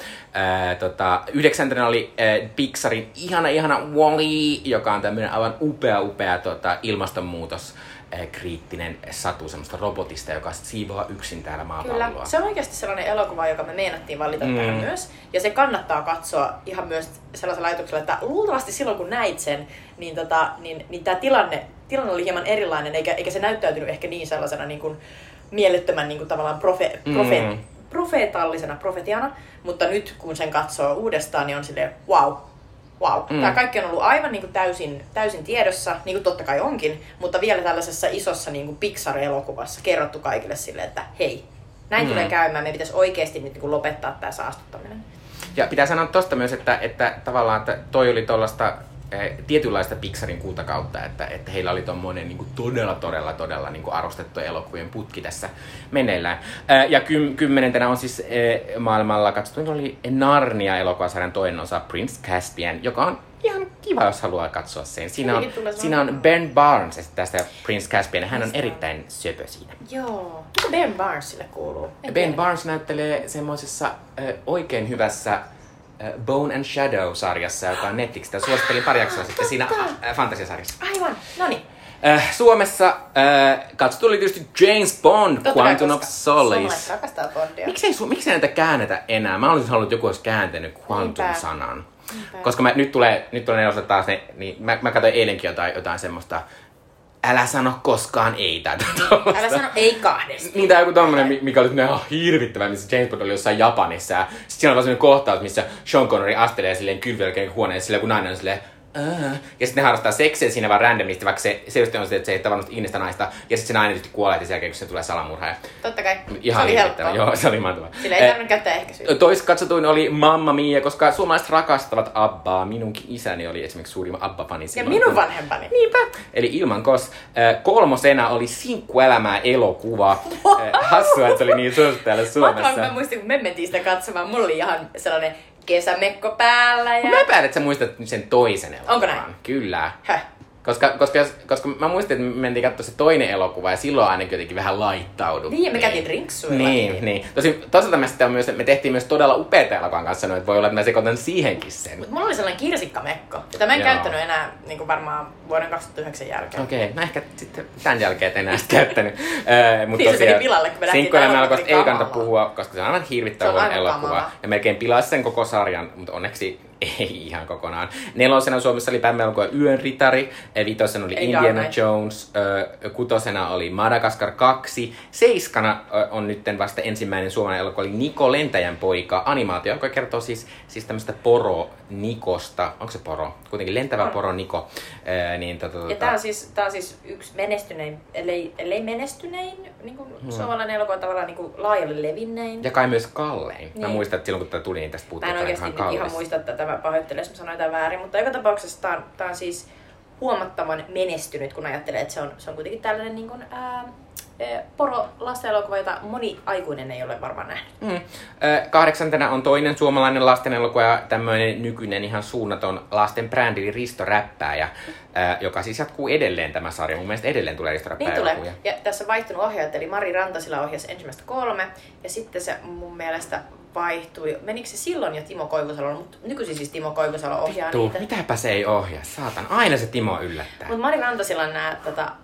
9. oli Pixarin ihana WALL-E, joka on tämmöinen aivan upea ilmastonmuutos kriittinen satu semmoista robotista, joka siivoaa yksin täällä maapalloa. Kyllä, se on oikeasti sellainen elokuva, joka me meinattiin valita tähän myös. Ja se kannattaa katsoa ihan myös sellaisella ajatuksella, että luultavasti silloin kun näit sen, niin tämä tilanne oli hieman erilainen, eikä se näyttäytynyt ehkä niin sellaisena niin kuin mielettömän niin kuin tavallaan profeetallisena profetiana. Mutta nyt kun sen katsoo uudestaan, niin on silleen wow. Tämä kaikki on ollut aivan niin kuin täysin tiedossa, niin kuin totta kai onkin, mutta vielä tällaisessa isossa niin kuin Pixar-elokuvassa kerrottu kaikille silleen, että hei, näin tulee käymään, meidän pitäisi oikeasti nyt niin kuin lopettaa tämä saastuttaminen. Ja pitää sanoa tosta myös, että tavallaan että toi oli tollaista tietynlaista Pixarin kultakautta, että heillä oli tommoinen niin kuin todella niin kuin arvostettu elokuvien putki tässä meneillään. Ja 10. on siis maailmalla katsottu, oli Narnia-elokuvasarjan toinen osa Prince Caspian, joka on ihan kiva, jos haluaa katsoa sen. Siinä on kiva. Ben Barnes tästä Prince Caspian. Hän on erittäin söpö siinä. Joo. Mitä Ben Barnesille kuuluu? Ben Barnes näyttelee semmoisessa oikein hyvässä Bone and Shadow-sarjassa, joka on Netflixistä. Suosittelin pari jaksoa sitten siinä fantasiasarjassa. Aivan, noniin. Suomessa katsottu oli tietysti James Bond, Quantum of Solace. Suomalaiset rakastaa Bondia. Miksei näitä käännetä enää? Mä olisin halunnut, että joku olisi kääntänyt Quantum-sanan. Koska nyt tulee neloselle taas ne, niin mä katsoin eilenkin jotain semmoista, älä sano koskaan ei tai Älä sano ei kahdesti. Niin, tai joku tommonen, mikä oli ihan hirvittävä, missä James Bond oli jossain Japanissa. Ja sit siinä on vaan semmonen kohtaus, missä Sean Connery astelee silleen kylvylkeen huoneessa, silleen kun nainen on silleen ja sitten ne harrastaa seksiä siinä vaan randomisti, vaikka se just on se, että se ei tavannut innistä naista. Ja sitten se nainen tietysti kuolee sen jälkeen, kun se tulee salamurhaaja. Totta kai. Ihan se oli helppoa. Joo, se oli mahtavaa. Sillä ei tarvinnut käyttää ehkäisyä. Tois katsotuin oli Mamma Mia, koska suomalaiset rakastavat Abbaa. Minunkin isäni oli esimerkiksi suurin Abba-fani. Ja minun vanhempani. Niinpä. Eli ilman kos. Kolmosena oli Sinkkuelämää elokuva. Hassua, että se oli niin suosittu täällä Suomessa. Mä muistin, kun me mentiin sitä katsomaan, mulla oli ihan sellainen kesämekko päällä. Ja... Mä epäilen, että sä muistat sen toisen elokuvan. Onko näin? Kyllä. Häh? Koska mä muistin, että me mentiin katsoa se toinen elokuva ja silloin ainakin jotenkin vähän laittauduttiin. Niin, me käytiin rinksuilla. Niin. Toisaalta me tehtiin myös todella upeata elokuvan kanssa, että voi olla, että mä sekoitan siihenkin sen. Mut mulla oli sellainen kirsikkamekko, jota mä en käyttänyt enää niin varmaan vuoden 2009 jälkeen. Okei, mä ehkä sitten tämän jälkeen et enää sitä käyttänyt. Mutta niin se meni pilalle, kun me lähtiin Sinkkuelämä-elokuvasta ei kannata puhua, koska se on aivan hirvittävän huono elokuva. Kamalaa. Ja melkein pilasi sen koko sarjan, mutta onneksi ei ihan kokonaan. 4. Suomessa oli Pämmä-elokuva Yön ritari, 5. oli Indiana Jones, 6. oli Madagaskar 2, 7. on nyt vasta ensimmäinen suomalainen elokuva, oli Niko Lentäjän poika, animaatio, joka kertoo siis tämmöistä poro Nikosta. Onko se poro? Kuitenkin lentävä poro Niko. Ja tää on siis yksi menestynein, ellei menestynein suomalainen elokuva, tavallaan laajalle levinnein. Ja kai myös kallein. Niin. Mä muistan, että silloin kun tää tuli, niin tästä puhuttiin, mä en oikeasti ihan muista tätä, mä pahoittelen, jos mä sanoin jotain väärin, mutta joka tapauksessa tää on siis huomattavan menestynyt, kun ajattelee, että se on kuitenkin tällainen niin kuin, poro lastenelokuva, jota moni aikuinen ei ole varmaan nähnyt. 8. on toinen suomalainen lastenelokuva ja tämmöinen nykyinen ihan suunnaton lasten brändi, eli Risto Räppääjä, joka siis jatkuu edelleen tämä sarja. Mun mielestä edelleen tulee Risto Räppääjä Niin elokuvia. tulee. Ja tässä on vaihtunut ohjaajat, eli Mari Rantasila ohjasi ensimmäistä 3, ja sitten se mun mielestä vaihtui. Menikö se silloin jo Timo Koivusalo, mutta nykyisin siis Timo Koivusalo ohjaa niitä. Mitäpä se ei ohjaa, saatan. Aina se Timo yllättää. Mutta Mari Rantasilan nämä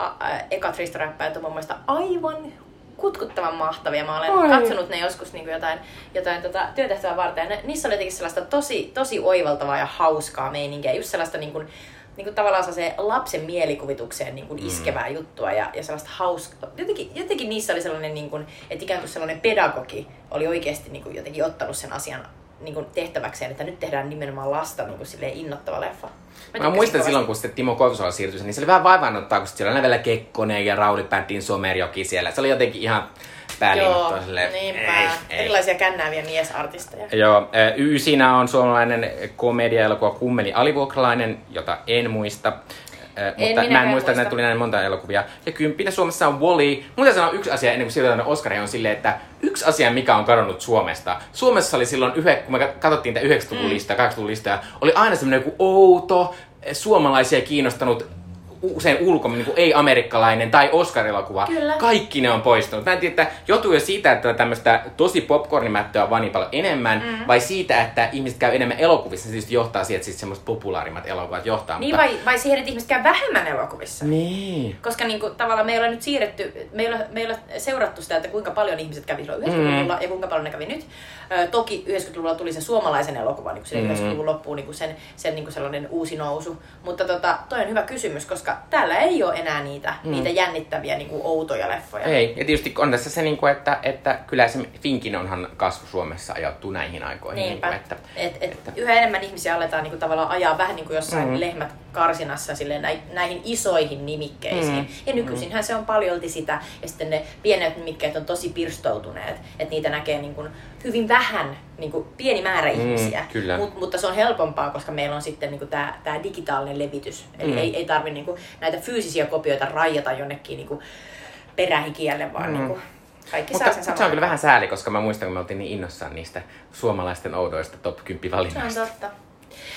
ekat Risto Räppäjät on mun mielestä aivan kutkuttavan mahtavia. Mä olen katsonut ne joskus niin jotain työtehtävää varten. Ja niissä oli jotenkin sellaista tosi oivaltavaa ja hauskaa meininkiä. Just sellaista niin kuin tavallaan se lapsen mielikuvitukseen niin kuin iskevää juttua ja sellaista hauskaa. Jotenkin niissä oli sellainen, niin kuin, että ikään kuin sellainen pedagogi oli oikeasti niin kuin jotenkin ottanut sen asian niin kuin tehtäväkseen, että nyt tehdään nimenomaan lasta niin kuin silleen innoittava leffa. Mä muistan silloin, kun sitten Timo Koivusalo siirtyi, niin se oli vähän vaivaannuttaa, kun siellä oli vielä Kekkonen ja Rauli Pätin Somerjoki siellä. Se oli jotenkin ihan pääliimattua silleen. Niinpä. Erilaisia kännääviä miesartisteja. Joo, siinä on suomalainen komedia-elokuva Kummeli alivuokralainen, jota en muista. Mutta mä en muista, että näitä tuli näin monta elokuvia. Ja 10. Suomessa on Wall-E. Mun täytyy sanoa yksi asia ennen kuin siirrytään Oscaria on silleen, että yksi asia, mikä on kadonnut Suomesta. Suomessa oli silloin, kun me katsottiin tätä 90-luvun listaa, 80-luvun listaa, oli aina semmoinen joku outo, suomalaisia kiinnostanut usein niin ei-amerikkalainen tai Oscar-elokuva. Kyllä. Kaikki ne on poistunut. Mä en tiedä, että johtuu jo siitä, että tämmöistä tosi popcornimättöä on vaan niin paljon enemmän, vai siitä, että ihmiset käy enemmän elokuvissa, se tietysti johtaa siihen, että siis semmoiset populaarimmat elokuvat johtaa. Niin, mutta... vai siihen, että ihmiset käy vähemmän elokuvissa. Niin. Koska niinku, tavallaan me ei ole nyt siirretty, me ei ole seurattu sitä, että kuinka paljon ihmiset kävi silloin 90-luvulla ja kuinka paljon ne kävi nyt. Toki 90-luvulla tuli se suomalaisen elokuva, niin 90-luvun loppuun niin sen niin sellainen uusi nousu. Mutta toi on hyvä kysymys, koska täällä ei ole enää niitä jännittäviä niin kuin outoja leffoja. Ei, ja tietysti on tässä se, että kyllä se Finkin onhan kasvu Suomessa ajoittuu näihin aikoihin. Niinpä. Että yhä enemmän ihmisiä aletaan niin kuin tavallaan ajaa vähän niin kuin jossain lehmät karsinassa silleen, näihin isoihin nimikkeisiin. Ja nykyisinhän se on paljolti sitä, ja sitten ne pienet nimikkeet on tosi pirstoutuneet, että niitä näkee niin kuin hyvin vähän, niin kuin pieni määrä ihmisiä. Mutta se on helpompaa, koska meillä on sitten niin kuin tämä digitaalinen levitys. Eli ei tarvitse niin kuin näitä fyysisiä kopioita raijata jonnekin niin kuin perähikielle, vaan niin kuin kaikki saa sen saman. Se on kyllä vähän sääli, koska mä muistan, kun me oltiin niin innossaan niistä suomalaisten oudoista top 10 valinnoista. Se on totta.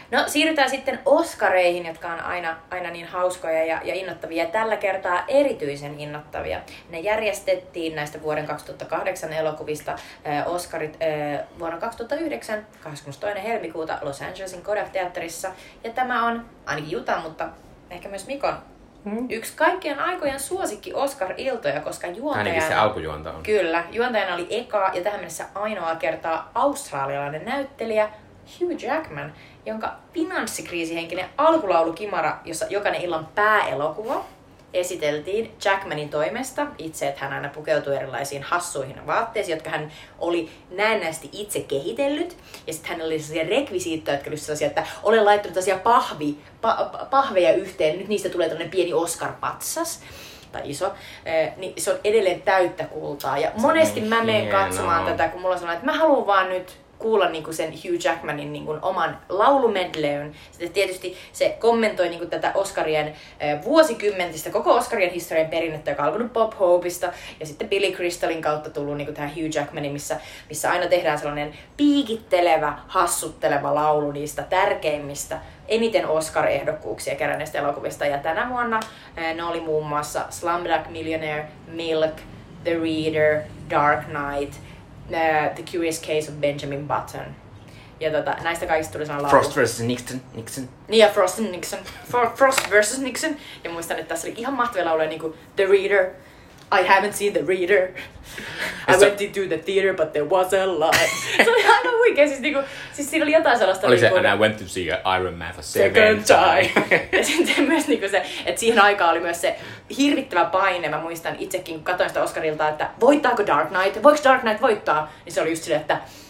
No siirrytään sitten Oscareihin, jotka on aina niin hauskoja ja innoittavia. Tällä kertaa erityisen innoittavia. Ne järjestettiin näistä vuoden 2008 elokuvista Oscarit vuonna 2009, 22. helmikuuta Los Angelesin Kodak-teatterissa. Ja tämä on ainakin Jutan, mutta ehkä myös Mikon yksi kaikkien aikojen suosikki Oscar-iltoja, koska juontajana... Ainakin se alkujuonta on. Kyllä, juontajana oli eka ja tähän mennessä ainoa kertaa australialainen näyttelijä Hugh Jackman, jonka finanssikriisihenkinen alkulaulukimara, jossa jokainen illan pääelokuva esiteltiin Jackmanin toimesta. Itse, että hän aina pukeutui erilaisiin hassuihin vaatteisiin, jotka hän oli näennäisesti itse kehitellyt. Ja sitten hänellä oli sellaisia rekvisiittoja, jotka oli sellaisia, että olen laittanut tällaisia pahveja yhteen. Nyt niistä tulee tällainen pieni Oscar-patsas tai iso, niin se on edelleen täyttä kultaa. Ja monesti mä menen katsomaan tätä, kun mulla on sellainen, että mä haluan vaan nyt kuulla niinku sen Hugh Jackmanin niinku oman laulumedleyn. Sitten tietysti se kommentoi niinku tätä Oscarien vuosikymmentistä, koko Oscarien historian perinnettä, joka on alkanut Bob Hopeista ja sitten Billy Crystalin kautta tullut niinku tähän Hugh Jackmanin, missä aina tehdään sellainen piikittelevä, hassutteleva laulu niistä tärkeimmistä, eniten Oscar-ehdokkuuksia keränneistä elokuvista. Ja tänä vuonna ne oli muun muassa Slumdog Millionaire, Milk, The Reader, Dark Knight, The Curious Case of Benjamin Button. Ja näistä kaikista tuli sellainen laulu. Frost vs. Nixon. Niin, ja Frost vs. Nixon. Ja muistan, että tässä oli ihan mahtavia lauluja, niin kuin The Reader. I haven't seen The Reader. I went into the theater, but there was a lie. Se oli aivan huikea. Siis siinä oli jotain sellaista... Oli se, and I went to see Iron Man for second time. Ja sitten myös niinku se, että siihen aikaan oli myös se hirvittävä paine. Mä muistan itsekin, kun katsoin sitä Oscarilta, että voittaako Dark Knight? Voiko Dark Knight voittaa? Niin se oli just sille,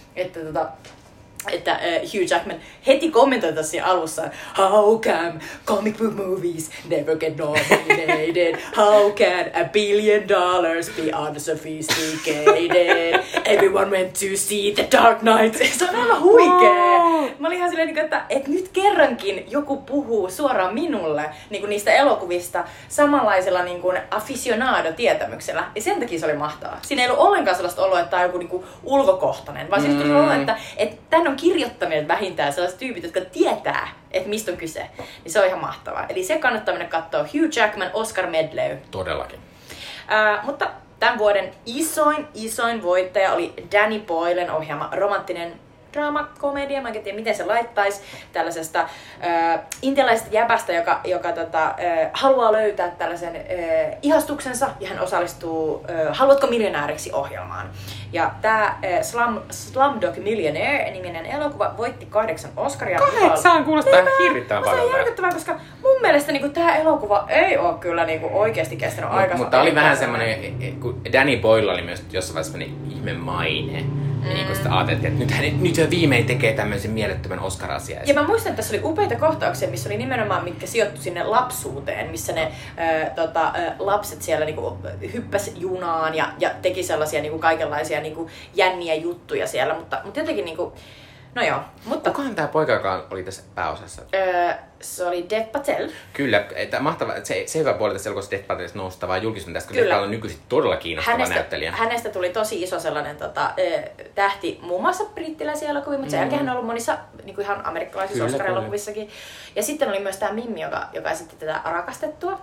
että Hugh Jackman heti kommentoi siinä alussa, how can comic book movies never get nominated? How can $1 billion be unsophisticated? Everyone went to see The Dark Knight. Se on aivan huikee. Mä olin ihan silleen, että nyt kerrankin joku puhuu suoraan minulle niin niistä elokuvista samanlaisella niin aficionado-tietämyksellä. Ja sen takia se oli mahtavaa. Siinä ei ollut ollenkaan sellaista oloa, että tämä on joku niin ulkokohtainen, vaan siis tuli olo, että tämän on kirjoittaminen vähintään sellaiset tyypit, jotka tietää, että mistä on kyse. Niin se on ihan mahtavaa. Eli se kannattaa mennä katsoa. Hugh Jackman, Oscar medley. Todellakin. Mutta tämän vuoden isoin voittaja oli Danny Boylen ohjaama romanttinen draamakomedia. Mä en tiedä, miten se laittaisi tällaisesta intialaisesta jäbästä, joka haluaa löytää tällaisen ihastuksensa ja hän osallistuu Haluatko miljonääriksi -ohjelmaan. Ja tämä Slumdog Millionaire-niminen elokuva voitti 8 Oscaria. 8 kuulostaa hirvittävän paljon. Se on järkyttävää, koska mun mielestä tämä elokuva ei ole kyllä oikeasti kestänyt aikansa. Mutta oli vähän semmoinen, kun Danny Boyle oli myös jossain vaiheessa semmoinen ihme maine. Ja niin kuin sitä ajateltiin, että nyt hän viimein tekee tämmöisen mielettömän Oscar-asian. Ja mä muistan, että tässä oli upeita kohtauksia, missä oli nimenomaan, mitkä sijoittui sinne lapsuuteen, missä ne lapset siellä niinku hyppäs junaan ja teki sellaisia niinku kaikenlaisia niinku jänniä juttuja siellä, mutta jotenkin niinku, no joo. Mutta kukahan tää poika, joka oli tässä pääosassa? Se oli Dev Patel. Kyllä, että mahtava, se hyvä puoli tässä elokuvassa Dev Patelista noustavaa julkisuuden tästä, kun Dev Patel on nykyisin todella kiinnostava näyttelijä. Hänestä tuli tosi iso sellainen tähti muun muassa brittiläisiä elokuvia, mutta sen jälkeen hän on ollut monissa niin kuin ihan amerikkalaisissa Oscar-elokuvissakin. Ja sitten oli myös tämä Mimmi, joka esitti tätä rakastettua.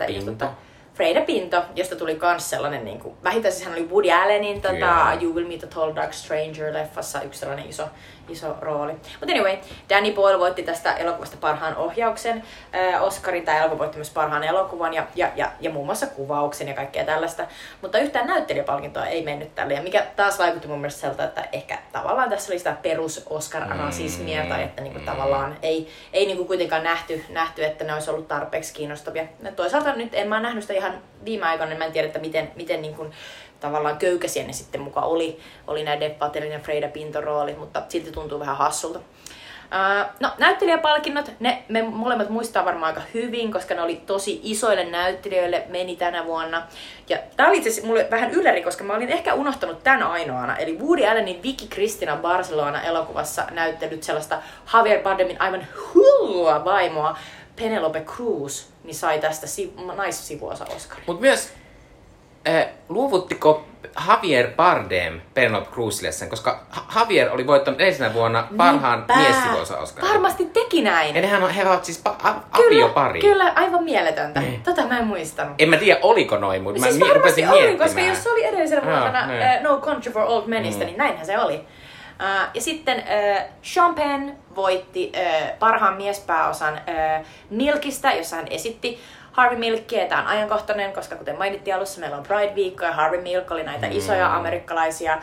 Freida Pinto, josta tuli kans sellainen, niin kuin, vähintään siis hän oli Woody Allenin You Will Meet a Tall Dark Stranger-leffassa yksi sellainen iso rooli. Mutta anyway, Danny Boyle voitti tästä elokuvasta parhaan ohjauksen Oscarin. Tämä elokuva voitti myös parhaan elokuvan ja muun muassa kuvauksen ja kaikkea tällaista. Mutta yhtään näyttelijäpalkintoa ei mennyt tälle. Ja mikä taas vaikutti mun mielestä sieltä, että ehkä tavallaan tässä oli sitä perus Oscar-rasismia tai että niinku tavallaan ei niinku kuitenkaan nähty, että ne olisi ollut tarpeeksi kiinnostavia. Ja toisaalta nyt en mä nähnyt sitä ihan viime aikoina, niin mä en tiedä, että miten niin kuin tavallaan köykäisiä ne sitten mukaan oli näin Dev Patelin ja Freida Pinton roolit, mutta silti tuntuu vähän hassulta. No, näyttelijäpalkinnot, me molemmat muistaa varmaan aika hyvin, koska ne oli tosi isoille näyttelijöille, meni tänä vuonna. Ja tää oli itse asiassa mulle vähän ylläri, koska mä olin ehkä unohtanut tän ainoana. Eli Woody Allenin Vicky Cristina Barcelona elokuvassa näyttelyt sellaista Javier Bardemin aivan hullua vaimoa Penelope Cruz, niin sai tästä naissivuosa Oscarin. Mut myös luovuttiko Javier Bardem Penelope Cruzille sen, koska Javier oli voittanut edellisenä vuonna parhaan miessivuosa Oscarin. Varmasti teki näin. Ja he ovat siis aviopari. Kyllä, aivan mieletöntä. Mä en muistanut. En mä tiedä, oliko noin, mutta siis mä varmasti oli, miettimään. koska jos se oli edellisenä vuonna No Country for Old Menistä, niin näinhän se oli. Ja sitten Sean Penn voitti parhaan miespääosan Milkistä, jossa hän esitti Harvey Milkia. Tämä on ajankohtainen, koska kuten mainittiin alussa, meillä on Pride-viikko ja Harvey Milk oli näitä isoja amerikkalaisia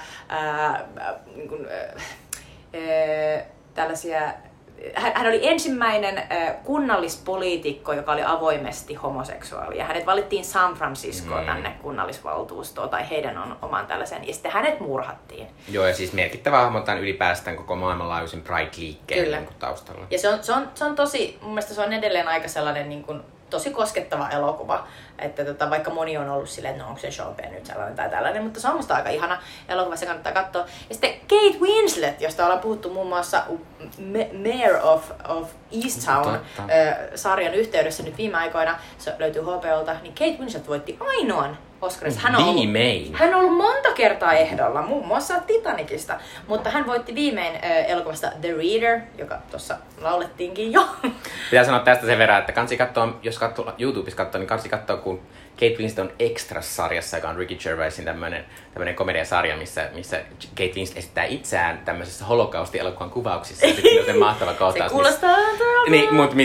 tällaisia. Hän oli ensimmäinen kunnallispoliitikko, joka oli avoimesti homoseksuaali. Ja hänet valittiin San Franciscoon tänne kunnallisvaltuustoon, tai heidän on oman tällaisen. Ja sitten hänet murhattiin. Joo, ja siis merkittävä hahmotaan ylipäästään koko maailmanlaajuisen Pride-liikkeen niin taustalla. Ja se on tosi, mun mielestä se on edelleen aika sellainen niin kuin, tosi koskettava elokuva. Että vaikka moni on ollut silleen, että no onko se Sean Penn nyt sellainen tai tällainen, mutta se on musta aika ihana elokuva, se kannattaa katsoa. Ja sitten Kate Winslet, josta ollaan puhuttu muun muassa Mayor of Easttown sarjan yhteydessä nyt viime aikoina, se löytyy HBOlta, niin Kate Winslet voitti ainoan Oscarissa. Hän on ollut monta kertaa ehdolla, muun muassa Titanicista, mutta hän voitti viimein elokuvasta The Reader, joka tuossa laulettiinkin jo. Pitää sanoa tästä sen verran, että kansi katsoa, jos katsoo YouTubessa katsoo, niin kansi katsoa, kun Kate Winslet on Extras-sarjassa, joka on Ricky Gervaisin tämmönen komediasarja, missä Kate Winslet esittää itseään tämmöisessä holokausti-elokuvan kuvauksissa. Sitten on se mahtava kohtaus. Se kuulostaa niin, mutta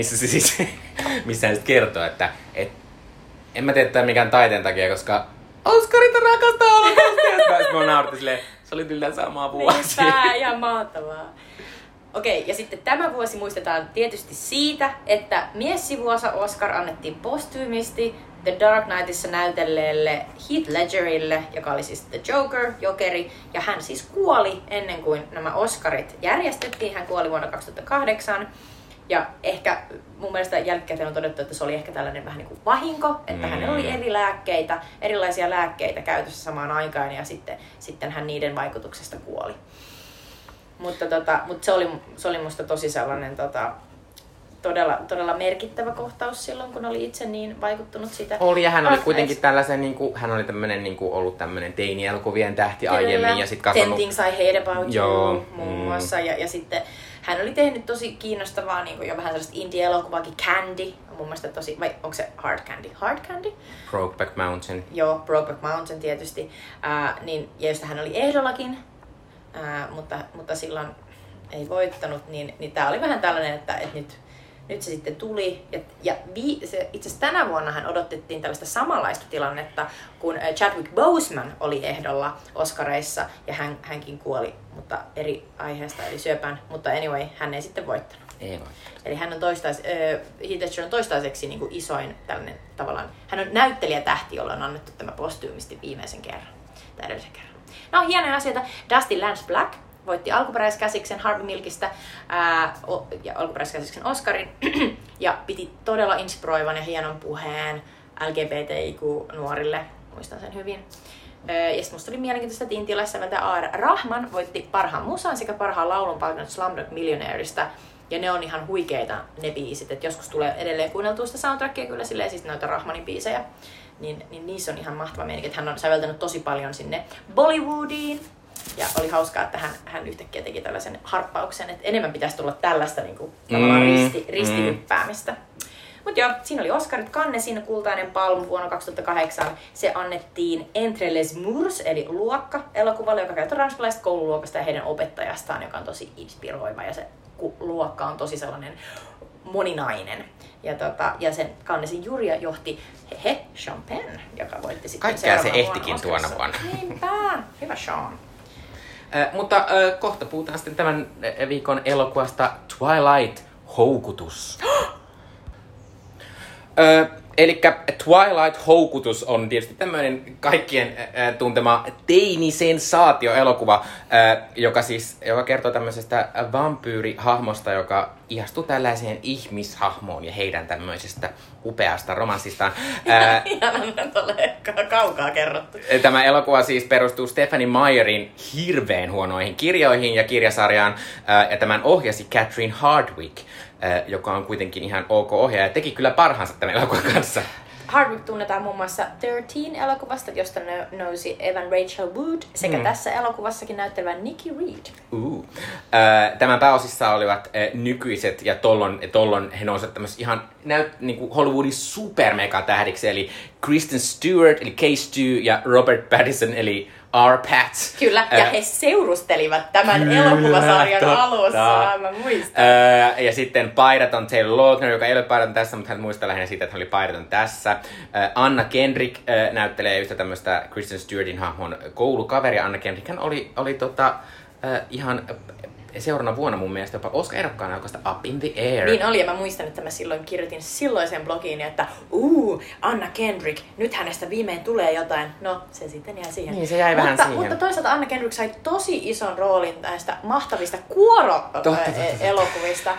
missä hän kertoo, että en mä tee mikään taiteen takia, koska Oscarit on rakastaa holokaustia. Mä naurattiin silleen, se oli kyllä samaa vuosia. Niinpä, ihan mahtavaa. Okei, ja sitten tämä vuosi muistetaan tietysti siitä, että miessivuosa Oscar annettiin postyymisti The Dark Knightissa näytelleelle Heath Ledgerille, joka oli siis The Joker, Jokeri, ja hän siis kuoli ennen kuin nämä Oscarit järjestettiin. Hän kuoli vuonna 2008. Ja ehkä mun mielestä jälkikäteen on todettu, että se oli ehkä tällainen vähän niin kuin vahinko, että hänellä oli erilaisia lääkkeitä käytössä samaan aikaan, ja sitten hän niiden vaikutuksesta kuoli. Mutta se oli musta tosi sellainen todella merkittävä kohtaus silloin, kun oli itse niin vaikuttunut sitä. Oli, ja hän oli kuitenkin tällaisen, hän oli tämmönen, ollut tämmönen teini-elokuvien tähti aiemmin. Ja sit kasvanut... 10 Things I Hate About You muun muassa. Ja sitten hän oli tehnyt tosi kiinnostavaa jo vähän sellaista indie-elokuvaakin, Candy. Mun mielestä tosi, vai onko se Hard Candy? Hard Candy? Brokeback Mountain. Joo, Brokeback Mountain tietysti. Ja josta hän oli ehdollakin, mutta silloin ei voittanut, niin tää oli vähän tällainen, että nyt se sitten tuli. Ja itse asiassa tänä vuonnahan odotettiin tällaista samanlaista tilannetta, kun Chadwick Boseman oli ehdolla Oscareissa, ja hänkin kuoli, mutta eri aiheesta, eli syöpään. Mutta anyway, hän ei sitten voittanut. Eli hän on Heath Ledger on toistaiseksi niin kuin isoin tällainen tavallaan, hän on näyttelijätähti, jolle on annettu tämä postyymisti viimeisen kerran, tai edellisen kerran. No, hienoja asioita. Dustin Lance Black voitti alkuperäiskäsiksen Harvey Milkistä ja alkuperäiskäsiksen Oscarin ja piti todella inspiroivan ja hienon puheen LGBTIQ-nuorille, muistan sen hyvin. Ja sitten musta oli mielenkiintoista, että intialaissäveltäjä A.R. Rahman voitti parhaan musan sekä parhaan laulun palkinnot Slumdog Millionaireista. Ja ne on ihan huikeita ne biisit, että joskus tulee edelleen kuunneltua sitä soundtrackia kyllä silleen, siis noita Rahmanin biisejä. Niin niissä on ihan mahtava meininki, että hän on säveltänyt tosi paljon sinne Bollywoodiin. Ja oli hauskaa, että hän yhtäkkiä teki tällaisen harppauksen, että enemmän pitäisi tulla tällaista niin kuin, ristihyppäämistä. Mutta joo, siinä oli Oscarit, Cannesin kultainen palmu vuonna 2008. Se annettiin Entre les Murs, eli luokka elokuvalle, joka kertoo ranskalaisesta koululuokasta ja heidän opettajastaan, joka on tosi inspiroiva. Ja se luokka on tosi sellainen moninainen. Ja sen Cannesin juria johti Sean Penn, joka voitti sitten kaikkea se ehtikin tuona vuonna. Niinpä, hyvä Sean. Mutta kohta puhutaan sitten tämän viikon elokuvasta Twilight Houkutus. Elikkä Twilight Houkutus on tietysti tämmöinen kaikkien tuntema teinisensaatioelokuva, joka kertoo tämmöisestä vampyyrihahmosta, joka ihastuu tällaiseen ihmishahmoon ja heidän tämmöisestä upeasta romanssistaan. Ihan tulee kaukaa kerrottu. Tämä elokuva siis perustuu Stephenie Meyerin hirveän huonoihin kirjoihin ja kirjasarjaan, ja tämän ohjasi Catherine Hardwicke, joka on kuitenkin ihan ok ohjaaja ja teki kyllä parhaansa tämän elokuvan kanssa. Hardwick tunnetaan muun muassa 13-elokuvasta, josta nousi Evan Rachel Wood, sekä tässä elokuvassakin näyttelevä Nikki Reed. Tämän pääosissa olivat nykyiset, ja tollon he nousivat tämmöiset ihan niinku Hollywoodin supermegatähdiksi, eli Kristen Stewart, eli K-Stu, ja Robert Pattinson, eli R-Pat. Kyllä, ja he seurustelivat tämän elokuvasarjan alussa, mä muistan. Ja sitten paidaton Taylor Lautner, joka ei ole paidaton tässä, mutta hän muistaa lähinnä siitä, että hän oli paidaton tässä. Anna Kendrick näyttelee yhtä tämmöistä Kristen Stewartin hahmon koulukaveri. Anna Kendrick hän oli ihan seuraavana vuonna mun mielestä jopa Oscar-ehdokkaana jokaista Up in the Air. Niin oli, ja mä muistan, että mä silloin kirjoitin silloiseen blogiin, että Anna Kendrick, nyt hänestä viimein tulee jotain. No, se sitten jäi siihen. Niin, se jäi vähän siihen. Mutta toisaalta Anna Kendrick sai tosi ison roolin näistä mahtavista kuoro-elokuvista,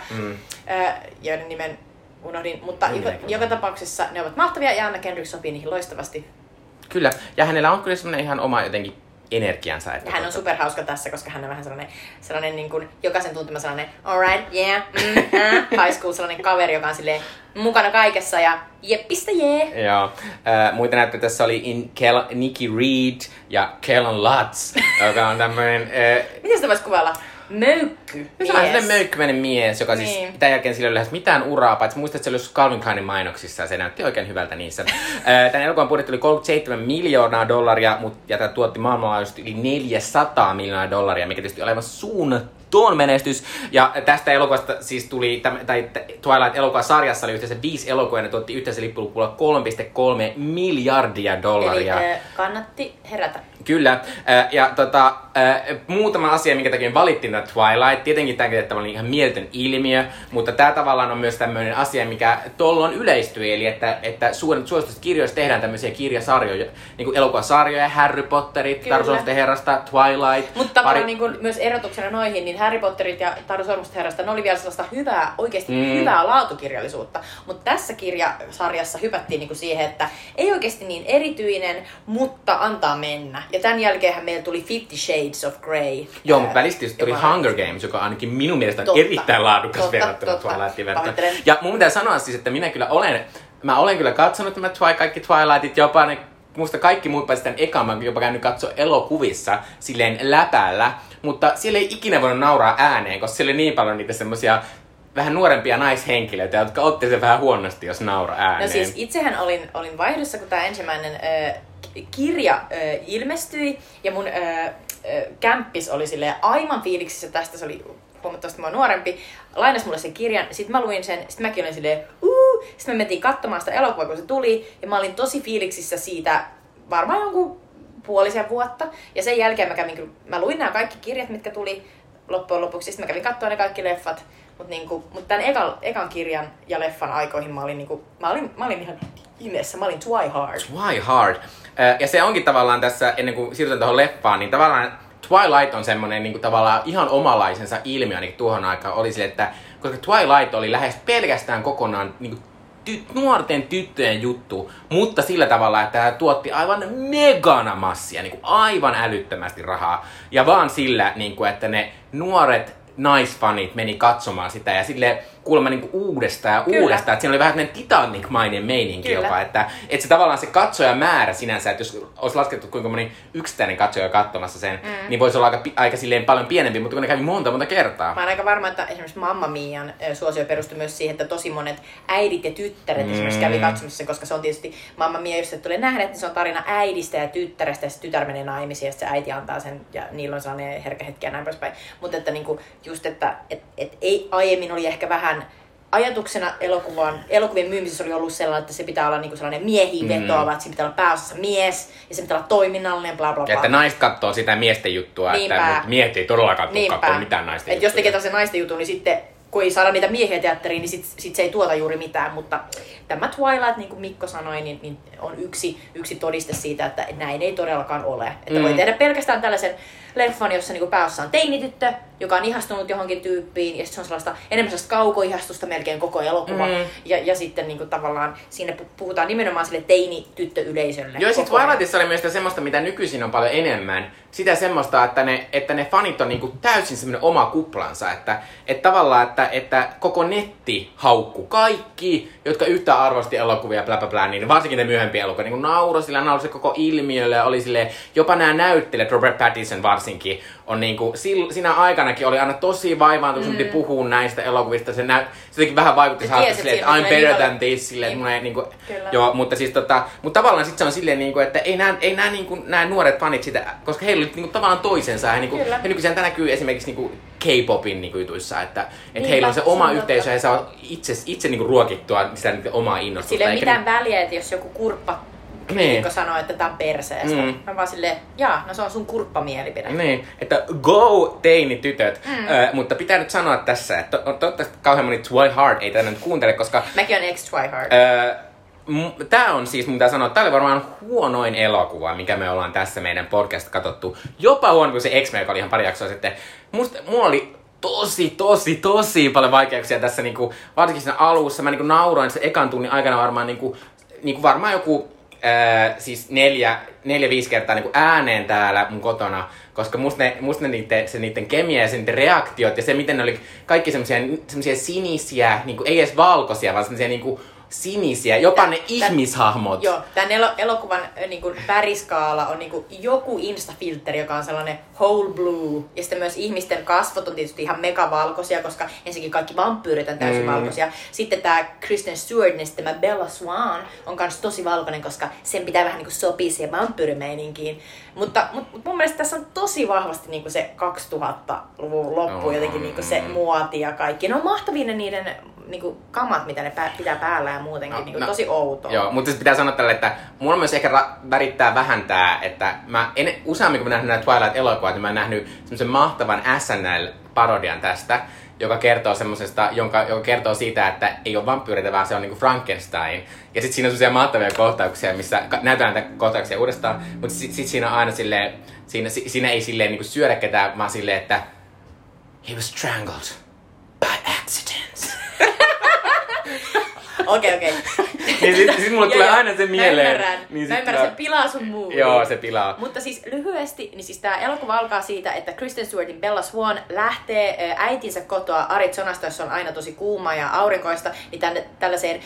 joiden nimen unohdin. Mutta joka tapauksessa ne ovat mahtavia, ja Anna Kendrick sopii niihin loistavasti. Kyllä, ja hänellä on kyllä semmoinen ihan oma jotenkin energiansa. Että hän on superhauska tässä, koska hän on vähän sellainen niin kuin jokaisen tuntema sellainen alright, yeah, high school sellainen kaveri, joka on silleen mukana kaikessa ja jeppistä jee. Joo. Muita näyttää tässä oli Nikki Reed ja Kellen Lutz, joka on tämmöinen... Miten sitä voisi kuvailla? Möykky. Se on sellainen möykkymäinen mies, joka niin. Siis tämän jälkeen sillä ei ole lähes mitään uraa, paitsi muistat, että se oli joskus Calvin Kleinin mainoksissa ja se näytti oikein hyvältä niissä. Tämän elokuvan budjetti oli $37 miljoonaa, ja tämä tuotti maailmanlaajuisesti yli $400 miljoonaa, mikä tietysti oli aivan suunnaton menestys. Ja tästä elokuvasta siis tuli, tai Twilight-elokuvasarjassa oli yhteensä 5 elokuvaa, ja ne tuotti yhteensä lippulukulla $3.3 miljardia. Eli kannatti herätä. Kyllä, ja muutama asia, minkä takia valittiin tämä Twilight. Tietenkin tämä oli ihan mieletön ilmiö, mutta tämä tavallaan on myös tämmöinen asia, mikä tollon yleistyi. Eli että suosituista kirjoista tehdään tämmöisiä kirjasarjoja, niin kuin elokuvasarjoja, Harry Potterit, Taru Sormusten herrasta, Twilight. Mutta tavallaan niin kuin myös erotuksena noihin, niin Harry Potterit ja Taru Sormusten herrasta, ne oli vielä sellaista hyvää, oikeasti hyvää laatukirjallisuutta. Mutta tässä kirjasarjassa hypättiin niin kuin siihen, että ei oikeasti niin erityinen, mutta antaa mennä. Ja tämän jälkeenhän meillä tuli 50 Shades of Grey. Joo, mutta välistä tuli Hunger Games, joka ainakin minun mielestä on erittäin laadukas verrattuna Twilightiin. Ja mun pitää sanoa siis, että mä olen kyllä katsonut nämä kaikki Twilightit, jopa ne, musta kaikki muut paitsi tämän ekan, mä jopa käynyt katsoa elokuvissa silleen läpällä, mutta siellä ei ikinä voinut nauraa ääneen, koska siellä oli niin paljon niitä semmosia vähän nuorempia naishenkilöitä, jotka otti sen vähän huonosti, jos naura ääneen. No siis itsehän olin vaihdossa, kun tämä ensimmäinen kirja ilmestyi, ja mun kämppis oli silleen aivan fiiliksissä tästä, se oli huomattavasti mua nuorempi, lainasi mulle sen kirjan, sit mä luin sen, sit mäkin olin silleen sit me mentiin katsomaan sitä elokuvaa, kun se tuli, ja mä olin tosi fiiliksissä siitä varmaan jonkun puolisen vuotta, ja sen jälkeen mä luin nämä kaikki kirjat, mitkä tuli loppujen lopuksi, sit mä kävin katsoa ne kaikki leffat, mutta tämän ekan kirjan ja leffan aikoihin mä olin ihan ihmeessä, mä olin Twihard. Ja se onkin tavallaan tässä, ennen kuin siirrytään tuohon leffaan, niin tavallaan Twilight on semmoinen niin kuin tavallaan ihan omalaisensa ilmiö niin tuohon aikaan oli sille, että koska Twilight oli lähes pelkästään kokonaan niin kuin nuorten tyttöjen juttu, mutta sillä tavalla, että tämä tuotti aivan megana massia, niin kuin aivan älyttömästi rahaa. Ja vaan sillä, niin kuin, että ne nuoret naisfanit meni katsomaan sitä ja sille kuulemma niinku uudestaan ja uudestaan. Että siinä oli vähän Titanic-mainen meininki jopa. Että se tavallaan se katsojamäärä sinänsä, että jos olisi laskettu kuinka moni yksittäinen katsoja katsomassa sen, niin voisi olla aika silleen paljon pienempi, mutta kun ne kävi monta kertaa. Mä oon aika varma, että esimerkiksi Mamma Mian suosio perustui myös siihen, että tosi monet äidit ja tyttäret esimerkiksi kävi katsomassa sen, koska se on tietysti Mamma Mia, jos et tule nähdä, niin se on tarina äidistä ja tyttärestä, ja se tytär menee naimisiin, ja se äiti antaa sen, ja niillä on sellainen herkkä hetki ja näin poispäin. Mutta että niinku, just, että ei aiemmin oli ehkä vähän ajatuksena elokuvien myymisessä oli ollut sellainen, että se pitää olla niinku sellainen miehiin vetoava, että siinä pitää olla pääosassa mies, ja se pitää olla toiminnallinen, bla bla bla. Ja että naiset katsoo sitä miesten juttua, että miehet ei todellakaan katsoa mitään naisten juttua. Että jos tekee se naisten jutun, niin sitten kun ei saada niitä miehiä teatteriin, niin sit se ei tuota juuri mitään. Mutta tämä Twilight, niin kuin Mikko sanoi, niin on yksi todiste siitä, että näin ei todellakaan ole. Että voi tehdä pelkästään tällaisen leffan, jossa niinku pääossa on teinityttö, joka on ihastunut johonkin tyyppiin, ja sitten se on enemmän sellaista kaukoihastusta melkein koko elokuva. Ja sitten niinku tavallaan siinä puhutaan nimenomaan sille teinityttöyleisölle. Joo, sit Twilightissa oli myös semmoista, mitä nykyisin on paljon enemmän. Sitä semmoista, että ne fanit on niinku täysin semmoinen oma kuplansa. Että tavallaan, että koko netti haukku kaikki, jotka yhtä arvosti elokuvia ja bla, niin varsinkin ne myöhempiä elokuvia, niin nauroi se koko ilmiölle ja oli silleen, jopa nämä näyttelijät, Robert Pattinson varsinkin, on niinku, siinä aikanakin oli aina tosi vaivaantunut puhua näistä elokuvista. Se jotenkin vähän vaikutti silleen, että I'm better than this, silleen, että mun ei niinku, joo, mutta siis mutta tavallaan sit se on silleen niinku, että ei nää niinku, nää nuoret fanit sitä, koska heillä oli niinku tavallaan toisensa, ja niinku, he nykyiseen näkyy esimerkiksi niinku K-popin niinku jutuissa, että heillä on se oma yhteisö ja saa itse niinku ruokittua sitä niinku omaa innostusta. Sillä ei mitään väliä, että jos joku kurppa kriitikko sanoo, että tää on perseestä. Mä vaan silleen, no se on sun kurppamielipide. Niin, että go teini-tytöt. Mutta pitää nyt sanoa tässä, että toivottavasti kauhean moni Twihard ei tätä nyt kuuntele, koska mäkin on ex-Twihard. Tää on siis, mitä sanoa, tää oli varmaan huonoin elokuva, mikä me ollaan tässä meidän podcast katsottu. Jopa huono kuin se X-Men, joka oli ihan pari jaksoa sitten. Mulla oli tosi paljon vaikeuksia tässä, niinku, varsinkin siinä alussa. Mä niinku nauroin sen ekan tunnin aikana varmaan niinku varmaan joku siis 4-5 kertaa niinku ääneen täällä mun kotona, koska musta niiden kemia ja niiden reaktiot ja se miten ne oli kaikki semmosia sinisiä, niinku ei edes valkoisia, vaan semmosia niinku sinisiä, jopa ne ihmishahmot. Joo, tämän elokuvan niinku väriskaala on niinku joku instafiltteri, joka on sellainen whole blue. Ja sitten myös ihmisten kasvot on tietysti ihan megavalkoisia, koska ensinnäkin kaikki vampyyrit on täysin valkoisia. Sitten tämä Kristen Stewart, ja sitten tämä Bella Swan on myös tosi valkoinen, koska sen pitää vähän niinku sopia siihen vampyyrimeininkiin. Mutta mun mielestä tässä on tosi vahvasti niinku se 2000-luvun loppu, jotenkin niinku se muoti ja kaikki. Ne on mahtavia niiden niinku kamat, mitä ne pitää päällä ja muutenkin, niinku tosi outoa. Joo, mutta siis pitää sanoa tälle, että mulla myös ehkä värittää vähän tää, että useammin kun mä nähnyt näitä Twilight-elokuvat, niin mä oon nähnyt semmosen mahtavan SNL-parodian tästä, joka kertoo semmosesta, joka kertoo siitä, että ei ole vampyyreitä, vaan se on niinku Frankenstein. Ja sit siinä on semmosia mahtavia kohtauksia, missä näytetään näitä kohtauksia uudestaan, mutta sit siinä on aina silleen, siinä ei silleen niinku syödä ketään, vaan silleen, että he was strangled by accident. Okei. Niin sit mulle tulee aina se mieleen. Mä ymmärrän, se pilaa sun moodin. Joo, se pilaa. Mutta siis lyhyesti, niin siis tää elokuva alkaa siitä, että Kristen Stewartin Bella Swan lähtee äitinsä kotoa Arizonasta, jossa on aina tosi kuuma ja aurinkoista, niin tällaiseen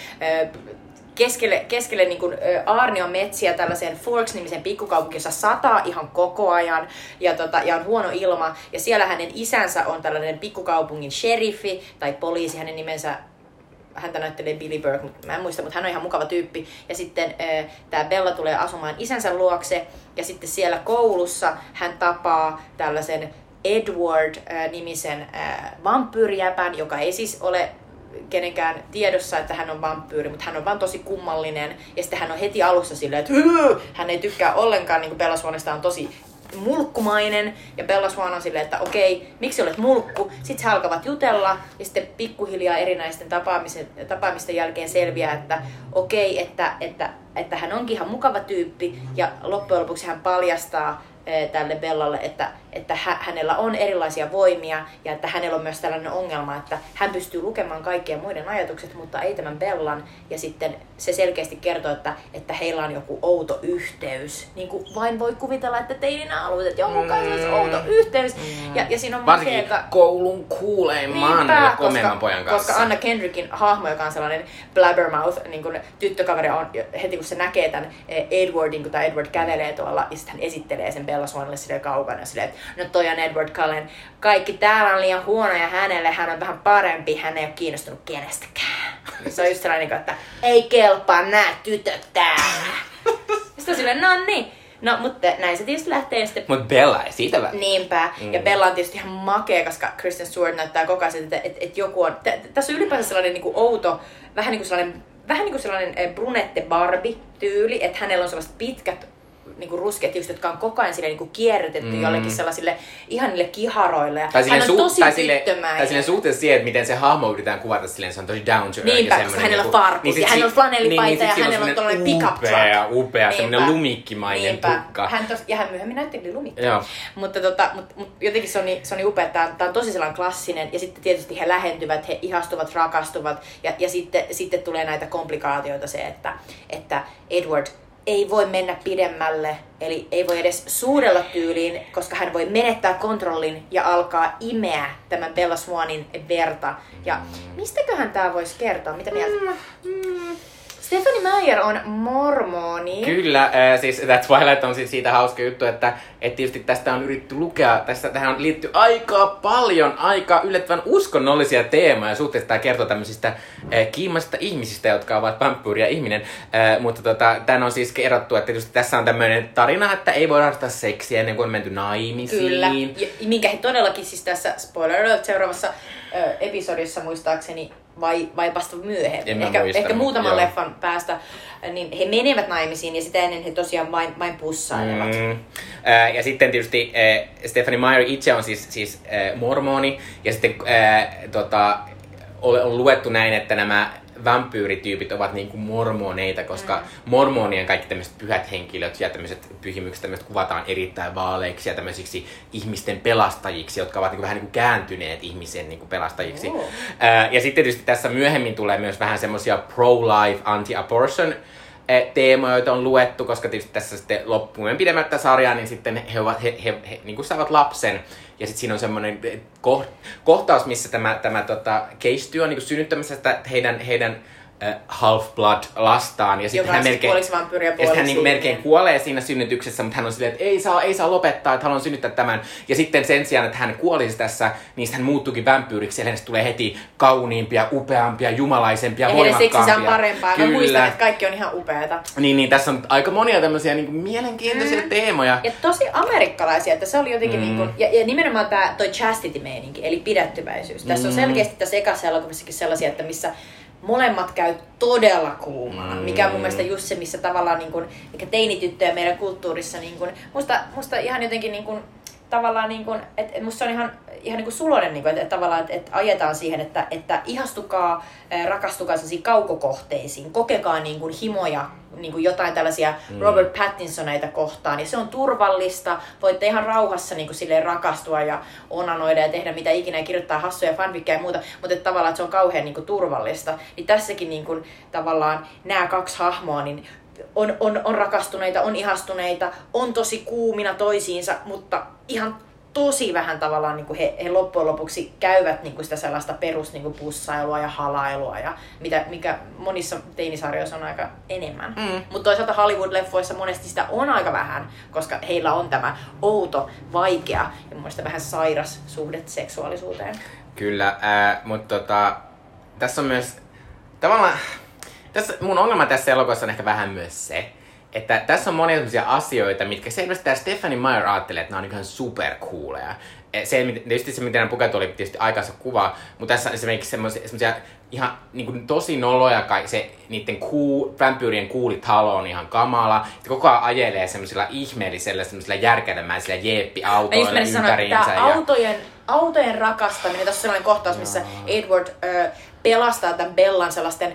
keskelle niin kuin aarnion metsiä tällaiseen Forks-nimisen pikkukaupunki, jossa sataa ihan koko ajan ja on huono ilma. Ja siellä hänen isänsä on tällainen pikkukaupungin sheriffi tai poliisi, hänen nimensä, häntä näyttelee Billy Burke, mä en muista, mutta hän on ihan mukava tyyppi. Ja sitten tää Bella tulee asumaan isänsä luokse ja sitten siellä koulussa hän tapaa tällaisen Edward-nimisen vampyyrijäpän, joka ei siis ole kenenkään tiedossa, että hän on vampyyri, mutta hän on vaan tosi kummallinen. Ja sitten hän on heti alussa silleen, että hän ei tykkää ollenkaan, niin kuin Bella Swanista on tosi mulkkumainen. Ja Bella Swan on silleen, että okei, miksi olet mulkku? Sitten he alkavat jutella ja sitten pikkuhiljaa erinäisten tapaamisten jälkeen selviää, että okei, että hän onkin ihan mukava tyyppi. Ja loppujen lopuksi hän paljastaa tälle Bellalle, että hänellä on erilaisia voimia ja että hänellä on myös tällainen ongelma, että hän pystyy lukemaan kaikkien muiden ajatukset, mutta ei tämän Bellan. Ja sitten se selkeästi kertoo, että heillä on joku outo yhteys. Niin kuin vain voi kuvitella, että teininä alueet, että jonkun kanssa olisi outo yhteys. Ja siinä on varsinkin koulun kuuleimman komeimman pojan kanssa. Koska Anna Kendrickin hahmo, joka on sellainen blabbermouth, niin kuin tyttökaveri on, heti kun se näkee tämän Edwardin, kun tämä Edward kävelee tuolla, ja sitten hän esittelee sen Bella Swanille silleen kaukana, silleen, että no toi on Edward Cullen. Kaikki täällä on liian huonoja hänelle, hän on vähän parempi, hän ei ole kiinnostunut kenestäkään. Se on just sellainen, että ei kelpaa nää tytöt täällä. Sitten on silleen, no niin. No, mutta näin se tietysti lähtee sitten. Mutta Bella ei siitä vähän. Niinpä. Ja Bella on tietysti ihan makea, koska Kristen Stewart näyttää koko ajan, että joku on. Tässä on ylipäänsä sellainen niinku outo, vähän niin kuin sellainen brunette Barbie-tyyli, että hänellä on sellaiset pitkät niinku ruskeat hiukset, jotka on koko ajan silleen niinku kierrätetty jollekin sellaisille ihanille kiharoille. Ja tai hän on tosi tai silleen suhteessa siihen, että miten se hahmo yritetään kuvata silleen, se on tosi down to earth. Niinpä, koska hänellä on farkut ja hänellä on flanellipaita ja hänellä on tollainen pick-up truck. Upea, semmoinen lumikkimainen tukka. Ja hän myöhemmin näytteli lumikki. Mutta jotenkin se on niin upea, että tämä on tosi sellainen klassinen. Ja sitten tietysti he lähentyvät, he ihastuvat, rakastuvat. Ja sitten tulee näitä komplikaatioita se, että Edward ei voi mennä pidemmälle, eli ei voi edes suudella tyyliin, koska hän voi menettää kontrollin ja alkaa imeä tämän Bella Swanin verta. Ja mistäköhän tämä voisi kertoa? Mitä mieltä? Stephenie Meyer on mormoni. Kyllä, siis That's Twilight on siis siitä hauska juttu, että tietysti tästä on yritetty lukea, tähän liittyy aika yllättävän uskonnollisia teemoja suhteessa. Tämä kertoo tämmöisistä kiimaisista ihmisistä, jotka ovat vampyyri ja ihminen. Mutta tämän on siis kerrottu, että tietysti tässä on tämmöinen tarina, että ei voi harrastaa seksiä ennen kuin on menty naimisiin. Kyllä, ja minkä he todellakin siis tässä, spoiler alert, seuraavassa episodissa muistaakseni, vai vasta myöhemmin, ehkä muutaman leffan päästä, niin he menevät naimisiin ja sitä ennen he tosiaan vain pussailevat. Ja sitten tietysti Stephenie Meyer itse on siis mormoni ja sitten on luettu näin, että nämä vampyyrityypit ovat niinku mormoneita, koska mormonien kaikki tämmöiset pyhät henkilöt ja tämmöiset pyhimykset tämmöiset kuvataan erittäin vaaleiksi ja tämmöisiksi ihmisten pelastajiksi, jotka ovat niinku vähän niinku kääntyneet ihmisen niinku pelastajiksi. Ja sitten tietysti tässä myöhemmin tulee myös vähän semmoisia pro-life, anti-abortion teemoja, joita on luettu, koska tietysti tässä sitten loppuun pidemmättä sarjaa, niin sitten he niin kuin saavat lapsen. Ja sitten siinä on semmoinen kohtaus, missä tämä Casey on niin kuin synnyttämässä sitä heidän Half-Blood-lastaan. Ja sitten hän niin melkein kuolee siinä synnytyksessä, mutta hän on silleen, että ei saa lopettaa, että haluan synnyttää tämän. Ja sitten sen sijaan, että hän kuolisi tässä, niin hän muuttuukin vampyyriksi. Ja hänestä tulee heti kauniimpia, upeampia, jumalaisempia, voimakkaampia. Ja heidän seksinsä on parempaa. Mä muistan, että kaikki on ihan upeata. Niin, tässä on aika monia tämmöisiä niin kuin mielenkiintoisia teemoja. Ja tosi amerikkalaisia, että se oli jotenkin niin kuin, ja nimenomaan toi chastity-meininki, eli pidättyväisyys. Tässä on selkeästi tässä ekassa elokuvissakin sellaisia, että missä molemmat käy todella kuumana, mikä on mun mielestä just se, missä tavallaan niin kuin, mikä teinityttöjä meidän kulttuurissa, niin kuin, musta ihan jotenkin niin kuin, tavallaan, niin kuin, että musta se on ihan niin kuin suloinen, niin kuin, että tavallaan, että ajetaan siihen, että ihastukaa, rakastukaa sellaisiin kaukokohteisiin, kokekaa niin kuin himoja, niin kuin jotain tällaisia Robert Pattinsoneita kohtaan, ja se on turvallista, voitte ihan rauhassa niin kuin silleen rakastua ja onanoida ja tehdä mitä ikinä ja kirjoittaa hassuja fanfickeja ja muuta, mutta että tavallaan, että se on kauhean niin kuin turvallista. Niin tässäkin niin kuin, tavallaan nämä kaksi hahmoa, niin on rakastuneita, on ihastuneita, on tosi kuumina toisiinsa, mutta ihan tosi vähän tavallaan niin kuin he loppujen lopuksi käyvät niin kuin sitä sellaista perus niin kuin pussailua ja halailua, ja mikä monissa teinisarjoissa on aika enemmän. Mutta toisaalta Hollywood-leffoissa monesti sitä on aika vähän, koska heillä on tämä outo, vaikea ja mun mielestä vähän sairas suhde seksuaalisuuteen. Kyllä, mutta tässä on myös tavallaan mun ongelma tässä elokuvassa on ehkä vähän myös se, että tässä on monia sellaisia asioita, mitkä selvästi tämä Stephenie Meyer ajattelee, että nämä on ihan supercooleja. Tietysti se, miten nämä pukeutuu, oli tietysti aikansa kuva, mutta tässä on esimerkiksi semmoisia ihan niin kuin tosi noloja, se niiden vampyyrien kuulitalo on ihan kamala. Se koko ajan ajelee semmoisilla ihmeellisillä, semmoisilla järkälemäisillä jeeppiautoilla ympäriinsä. Autojen rakastaminen, tässä on sellainen kohtaus, missä Edward pelastaa tämän Bellan sellaisten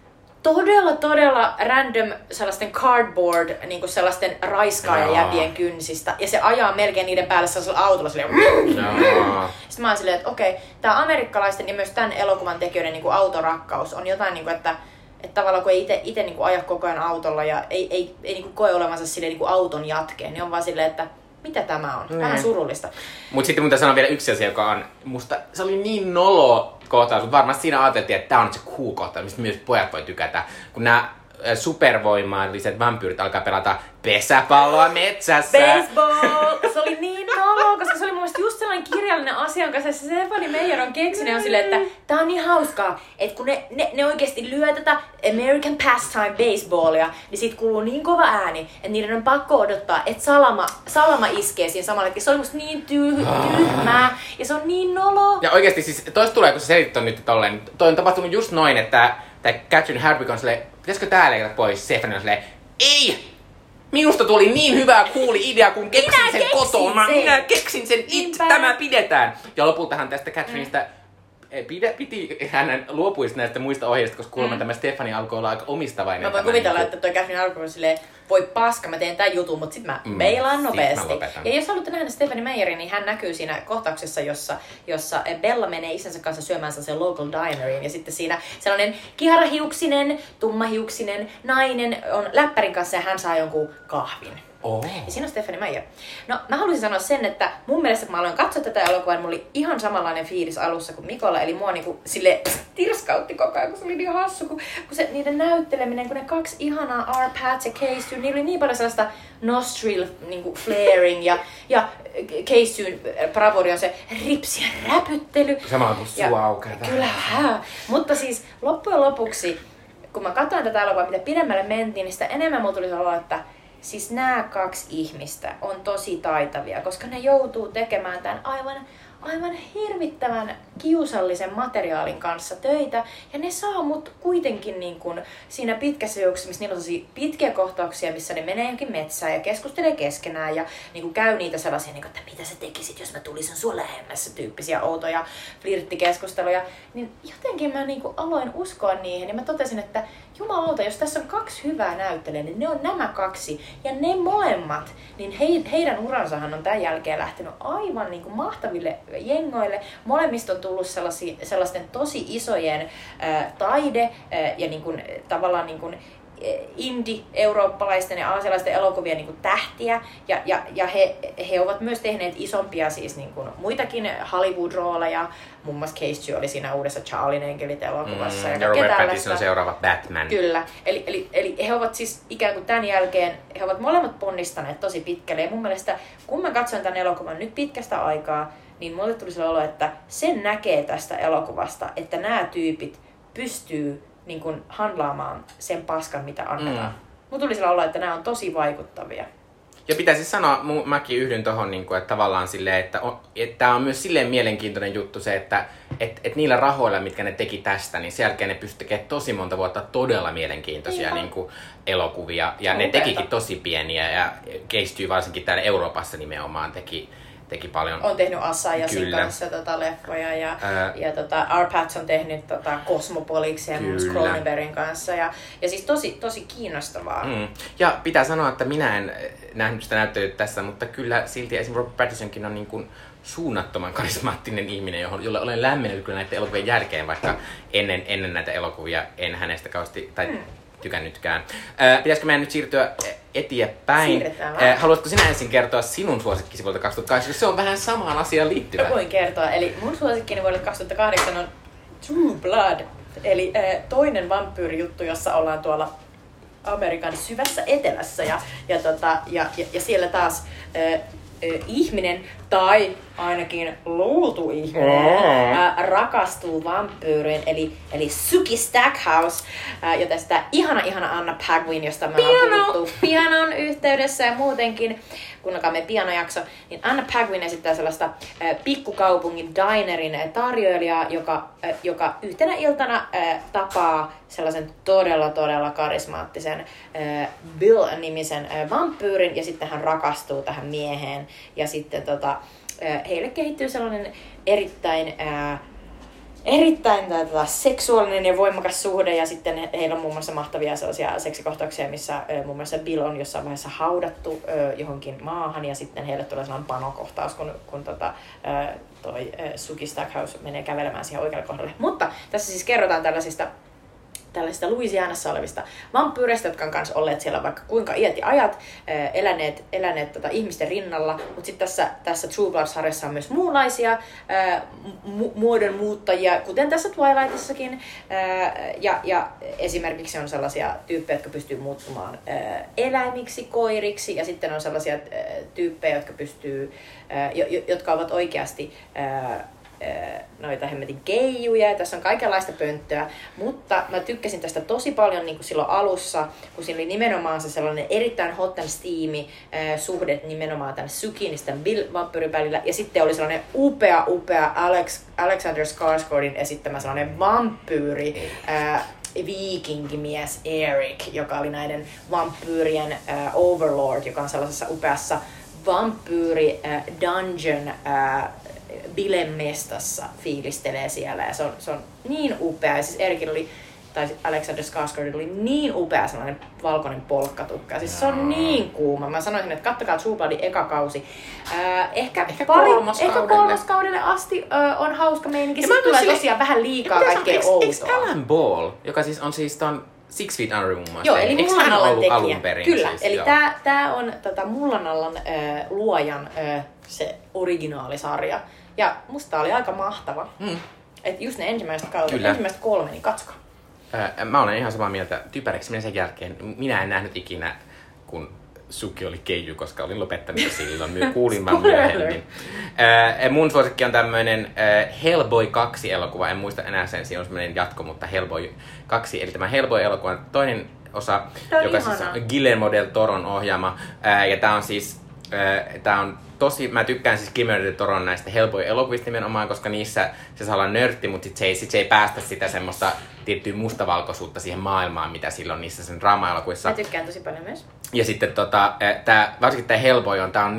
todella random sellaisten cardboard, niinku sellaisten raiskaajajävien kynsistä. Ja se ajaa melkein niiden päälle sellaisella autolla silleen. Sitten mä oon silleen, että okei, tää amerikkalaisten ja myös tämän elokuvan tekijöiden niinku autorakkaus on jotain, niinku, että tavallaan kun ei ite niinku aja koko ajan autolla ja ei niinku koe olevansa silleen niinku auton jatkeen, niin on vaan silleen, että mitä tämä on? Vähän surullista. Mut sitten mun täytyy sanoa vielä yksi asia, joka on musta, se oli niin nolo kohtaus, mutta varmasti siinä ajateltiin, että tää on se cool kohtaus, mistä myös pojat voi tykätä. Kun nämä supervoimalliset vampyyrit alkaa pelata pesäpalloa metsässä. Baseball! Se oli niin noloa, koska se oli mun mielestä just sellainen kirjallinen asia, jonka se Stephenie Meyer on keksinyt, on silleen, että tää on niin hauskaa, että kun ne oikeesti lyö tätä American Pastime Baseballia, niin siitä kuuluu niin kova ääni, että niiden on pakko odottaa, että salama iskee siinä samalla. Se oli musta niin tyhmää ja se on niin noloa. Ja oikeesti siis toista tulee, kun sä selitit on nyt tolleen, toi on tapahtunut just noin, että Catherine Hardwicke on silleen, pitäisikö tää leikata pois? Stephenie on silleen, ei! Minusta tuli niin hyvä cooli idea, kun keksin sen kotona. Minä keksin sen itse. Tämä pidetään. Ja lopultahan tästä Catherineista piti hänen luopuisi näistä muista ohjeista, koska kuulemma tämä Stefani alkoi olla aika omistavainen. Mä voin kuvitella, että toi Catherine alkoi silleen, voi paska, mä teen tän jutun, mutta sit mä beilaan nopeasti. Ja jos haluatte nähdä Stephanie Meyerin, niin hän näkyy siinä kohtauksessa, jossa Bella menee isänsä kanssa syömään sen local dineriin. Ja sitten siinä sellainen kiharahiuksinen, tummahiuksinen nainen on läppärin kanssa ja hän saa jonkun kahvin. Oh. Ja siinä on Stephanie Meyer. No, mä haluaisin sanoa sen, että mun mielestä kun mä aloin katsoa tätä elokuvaa, niin mulla oli ihan samanlainen fiilis alussa kuin Mikolla. Eli mua niinku sille tirskautti koko ajan, kun se oli niin hassu, kun se niiden näytteleminen, kun ne kaksi ihanaa R. Pat ja Case, niillä oli niin paljon sellaista nostril niinku flaring ja Casey bravuri on se ripsien räpyttely. Sama kuin suaukaa. Kyllä, mutta siis loppujen lopuksi, kun mä katsoin tätä elokuvaa, mitä pidemmälle mentiin, niin sitä enemmän mulla tuli olla, että siis nämä kaksi ihmistä on tosi taitavia, koska ne joutuu tekemään tämän aivan hirvittävän kiusallisen materiaalin kanssa töitä. Ja ne saa mut kuitenkin niin kun siinä pitkässä juoksussa, missä niillä on pitkiä kohtauksia, missä ne menee johonkin metsään ja keskustelee keskenään ja niin kun käy niitä sellaisia, niin kun, että mitä sä tekisit, jos mä tulisin sua lähemmässä tyyppisiä outoja flirttikeskusteluja. Niin jotenkin mä niin kun aloin uskoa niihin ja mä totesin, että jumalauta, jos tässä on kaksi hyvää näyttelijää, niin ne on nämä kaksi. Ja ne molemmat, niin heidän uransahan on tämän jälkeen lähtenyt aivan niin kuin mahtaville jengoille. Molemmista on tullut sellaisten tosi isojen taide ja niin kuin, tavallaan niin kuin indie-eurooppalaisten ja aasialaisten elokuvien niin kuin tähtiä. Ja he ovat myös tehneet isompia siis niin kuin muitakin Hollywood-rooleja. Muun muassa Casey oli siinä uudessa Charlien enkelit elokuvassa. Ja Robert Pattinson seuraava Batman. Kyllä. Eli he ovat siis ikään kuin tämän jälkeen, he ovat molemmat ponnistaneet tosi pitkälle. Ja mun mielestä, kun mä katsoin tämän elokuvan nyt pitkästä aikaa, niin mulle tuli se olo, että sen näkee tästä elokuvasta, että nämä tyypit pystyy niin kuin handlaamaan sen paskan, mitä annetaan. Mulle tuli sillä olla, että nämä on tosi vaikuttavia. Ja pitäisi sanoa, mäkin yhdyn tohon, että tavallaan silleen, että tämä on myös silleen mielenkiintoinen juttu se, että niillä rahoilla, mitkä ne teki tästä, niin sen jälkeen ne pystyi tekemään tosi monta vuotta todella mielenkiintoisia niin kuin elokuvia. Ja ne tekikin tosi pieniä ja Casey varsinkin täällä Euroopassa nimenomaan teki paljon. On tehnyt Assayasin kanssa leffoja ja R. Pat on tehnyt Cosmopoliksia Cronenbergin kanssa ja siis tosi kiinnostavaa. Ja pitää sanoa, että minä en nähnyt sitä näyttelyä tässä, mutta kyllä silti esimerkiksi Robert Pattinsonkin on niin kuin suunnattoman karismaattinen ihminen, jolle olen lämmennyt kyllä näiden elokuvien jälkeen, vaikka ennen näitä elokuvia en hänestä kauheasti tai tykännytkään. Pitäisikö meidän nyt siirtyä eteenpäin? Haluatko sinä ensin kertoa sinun suosikkisi vuodelta 2008? Se on vähän samaan asiaan liittyvä. Voin kertoa. Eli mun suosikkini vuodelta 2008 on True Blood. Eli toinen vampyyrijuttu, jossa ollaan tuolla Amerikan syvässä etelässä. Ja siellä taas ihminen, tai ainakin luultu ihminen, rakastuu vampyyriin, eli Sookie Stackhouse, ja tästä ihana Anna Paquin, josta me ollaan puhuttu pianon yhteydessä ja muutenkin, kuunnelkaa meidän pianojakso, niin Anna Paquin esittää sellaista pikkukaupungin dinerin tarjoilijaa, joka yhtenä iltana tapaa sellaisen todella karismaattisen Bill-nimisen vampyyrin, ja sitten hän rakastuu tähän mieheen, ja sitten heille kehittyy sellainen erittäin seksuaalinen ja voimakas suhde, ja sitten heillä on muun muassa mahtavia sellaisia seksikohtauksia, missä muun muassa Bill on jossain vaiheessa haudattu johonkin maahan, ja sitten heille tulee sellainen panokohtaus, kun toi Sookie Stackhouse menee kävelemään siihen oikealle kohdalle. Mutta tässä siis kerrotaan tällaisista Louisianassa olevista vampyyreistä, jotka on kanssa olleet siellä vaikka kuinka iät ja ajat, eläneet ihmisten rinnalla, mutta sitten tässä True Blood-sarjassa on myös muunlaisia muodonmuuttajia, kuten tässä Twilightissakin, ja esimerkiksi on sellaisia tyyppejä, jotka pystyy muuttumaan eläimiksi, koiriksi, ja sitten on sellaisia tyyppejä, jotka ovat oikeasti noita hemmetin keijuja, ja tässä on kaikenlaista pönttöä, mutta mä tykkäsin tästä tosi paljon niin kuin silloin alussa, kun siinä oli nimenomaan se sellainen erittäin hot and steamy suhde nimenomaan tämän Sookien ja tämän Bill-vampyyrin välillä, ja sitten oli sellainen upea Alexander Skarsgårdin esittämä sellainen vampyyri, viikinkimies Eric, joka oli näiden vampyyrien overlord, joka on sellaisessa upeassa vampyyri dungeon bilemestassa fiilistelee siellä. Ja se on niin upea. Ja siis Ericin oli, tai Alexander Skarsgård oli niin upea sellainen valkoinen polkkatukka. Siis se on niin kuuma. Mä sanoisin, että kattokaa True Bloodin eka kausi. Ehkä kolmoskaudelle asti on hauska meininki. Sitten tulee tosiaan vähän liikaa kaikkea outoa. Eikö Alan Ball, joka siis on siis ton Six Feet Under muun muassa? Joo, eli Mullanallan tekijä. Alun perin? Kyllä, siis, eli tää on Mullanallan luojan se originaalisarja. Ja musta tää oli aika mahtava. Et just ne ensimmäiset 3, niin katsokaa. Mä olen ihan samaa mieltä. Typeräksi minä sen jälkeen. Minä en nähnyt ikinä, kun Suki oli keiju, koska olin lopettanut silloin. Kuulin vaan myöhemmin. Mun suosikki on tämmönen Hellboy 2 elokuva. En muista enää sen, siinä on semmoinen jatko, mutta Hellboy 2. Eli tämä Hellboy-elokuvan toinen osa, joka siis on Guillermo del Toron ohjaama. Ja tää on siis mä tykkään siis Guillermo del Toron näistä Hellboy-elokuvista nimenomaan, koska niissä se saa olla nörtti, mutta se ei päästä sitä semmoista tiettyä mustavalkoisuutta siihen maailmaan, mitä silloin niissä sen draama-elokuvissa. Mä tykkään tosi paljon myös. Ja sitten varsinkin tää Hellboy on, tää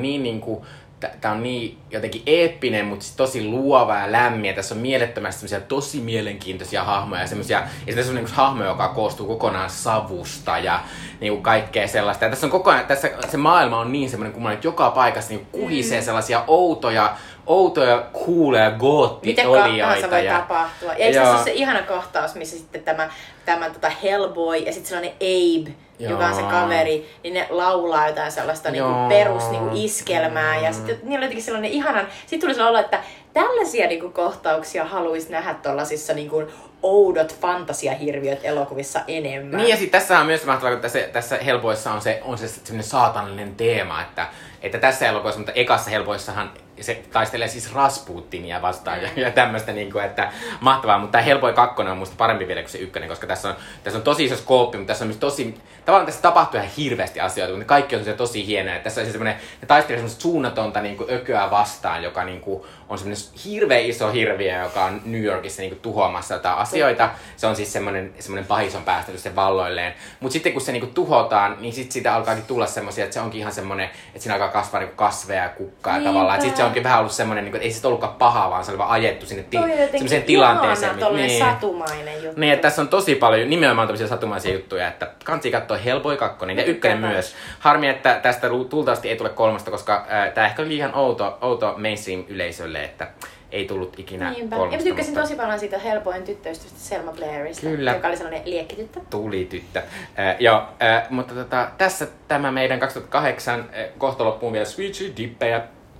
on niin jotenkin eeppinen, mutta tosi luova ja lämmin. Ja tässä on mielettömästi semmoisia tosi mielenkiintoisia hahmoja. Ja tässä on hahmo, joka koostuu kokonaan savusta ja niinku kaikkea sellaista. Ja tässä on koko ajan, se maailma on niin semmoinen kummanen, että joka paikassa niinku kuhisee sellaisia outoja, cooleja gootti-olioita. Mitä voi tapahtua. Ja itse asiassa se ihana kohtaus, missä sitten tämä Hellboy ja sitten sellainen Abe, joka on se kaveri, niin ne laulaa jotain sellaista niinku perus niinku iskelmää. Ja sitten niillä on jotenkin sellainen ihanan. Sitten tuli sellainen olo, että tällaisia niinku kohtauksia haluaisi nähdä tuollaisissa niinku oudot fantasiahirviöt elokuvissa enemmän. Niin ja sitten tässä on myös mahtavaa, että tässä Hellboyssa on se semmoinen saatanallinen teema, että tässä elokuvassa, mutta ekassa Hellboyssahan se taistelee siis Rasputinia vastaan ja tämmöistä, niinku, että mahtavaa. Mutta tämä Hellboy 2 on musta parempi vielä kuin se 1, koska tässä on tosi iso skooppi, mutta tässä on myös tosi, tavallaan tässä tapahtuu ihan hirveästi asioita, mutta kaikki on tosi hienoja. Tässä on semmoinen, ne taistelee semmoista suunnatonta niinku ököä vastaan, joka niinku on semmoinen hirveä iso hirviö, joka on New Yorkissa niinku tuhoamassa jotain asioita. Se on siis semmoinen pahis on päästänyt sen valloilleen. Mutta sitten kun se niinku tuhotaan, niin sitten siitä alkaakin tulla semmoisia, että se onkin ihan semmoinen, että siinä alkaa kasvaa niinku kasveja ja kukkaa ja tavallaan. Sitten se onkin vähän ollut semmoinen, että ei se ollutkaan pahaa, vaan se oli vaan ajettu sinne semmoiseen tilanteeseen. Niin, satumainen juttu. Niin, että tässä on tosi paljon nimenomaan tämmöisiä satumaisia juttuja, että kansi katsoa Hellboy 2 ja 1 myös. Harmi, että tästä luultavasti ei tule 3, koska tää ehkä oli liian outo mainstream-yleisölle, että ei tullut ikinä 3. Ja mä tykkäsin tosi paljon siitä Hellboyn tyttöystävästä Selma Blairista, joka oli sellainen liekkityttö. Tulityttö. Mutta tässä tämä meidän 2008 kohta loppuun vielä Sweet Chili Dippejä.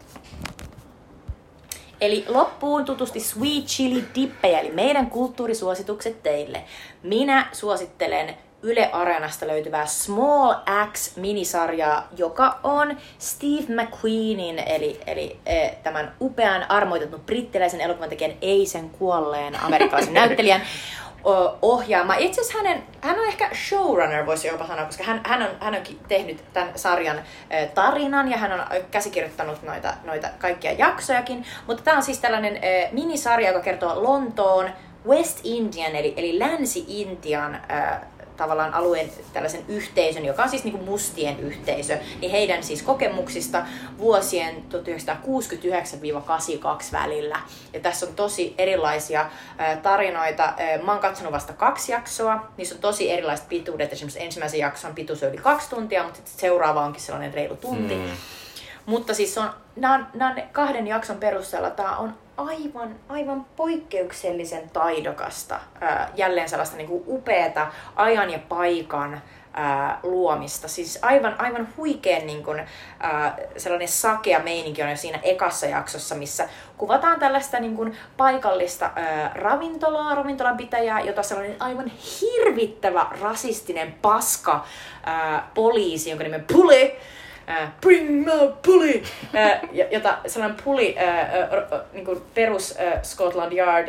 Eli loppuun tutusti Sweet Chili Dippejä, eli meidän kulttuurisuositukset teille. Minä suosittelen Yle Areenasta löytyvää Small Axe-minisarjaa, joka on Steve McQueenin, eli tämän upean armoitetun brittiläisen elokuvantekijän ei sen kuolleen amerikkalaisen näyttelijän ohjaama. Itse asiassa hän on ehkä showrunner, voisi jopa sanoa, koska hän onkin tehnyt tämän sarjan tarinan ja hän on käsikirjoittanut noita kaikkia jaksojakin. Mutta tämä on siis tällainen minisarja, joka kertoo Lontoon West Indian, eli Länsi-Intian tavallaan alueen tällaisen yhteisön, joka on siis niin kuin mustien yhteisö, niin heidän siis kokemuksista vuosien 1969-82 välillä. Ja tässä on tosi erilaisia tarinoita. Mä oon katsonut vasta 2 jaksoa. Niissä on tosi erilaiset pituudet. Esimerkiksi ensimmäisen jakson pituus on yli 2 tuntia, mutta seuraava onkin sellainen reilu tunti. Mutta siis nämä on 2 jakson perusteella tämä on aivan poikkeuksellisen taidokasta, jälleen sellaista niin kuin upeata ajan ja paikan luomista. Siis aivan huikean niin kuin, sellainen sakea meininki on jo siinä ekassa jaksossa, missä kuvataan tällaista niin kuin paikallista ravintolanpitäjää, jota sellainen aivan hirvittävä rasistinen paska poliisi, jonka nimen Pulley, bring my pulley! Jota sellainen pulley niin kuin perus Scotland Yard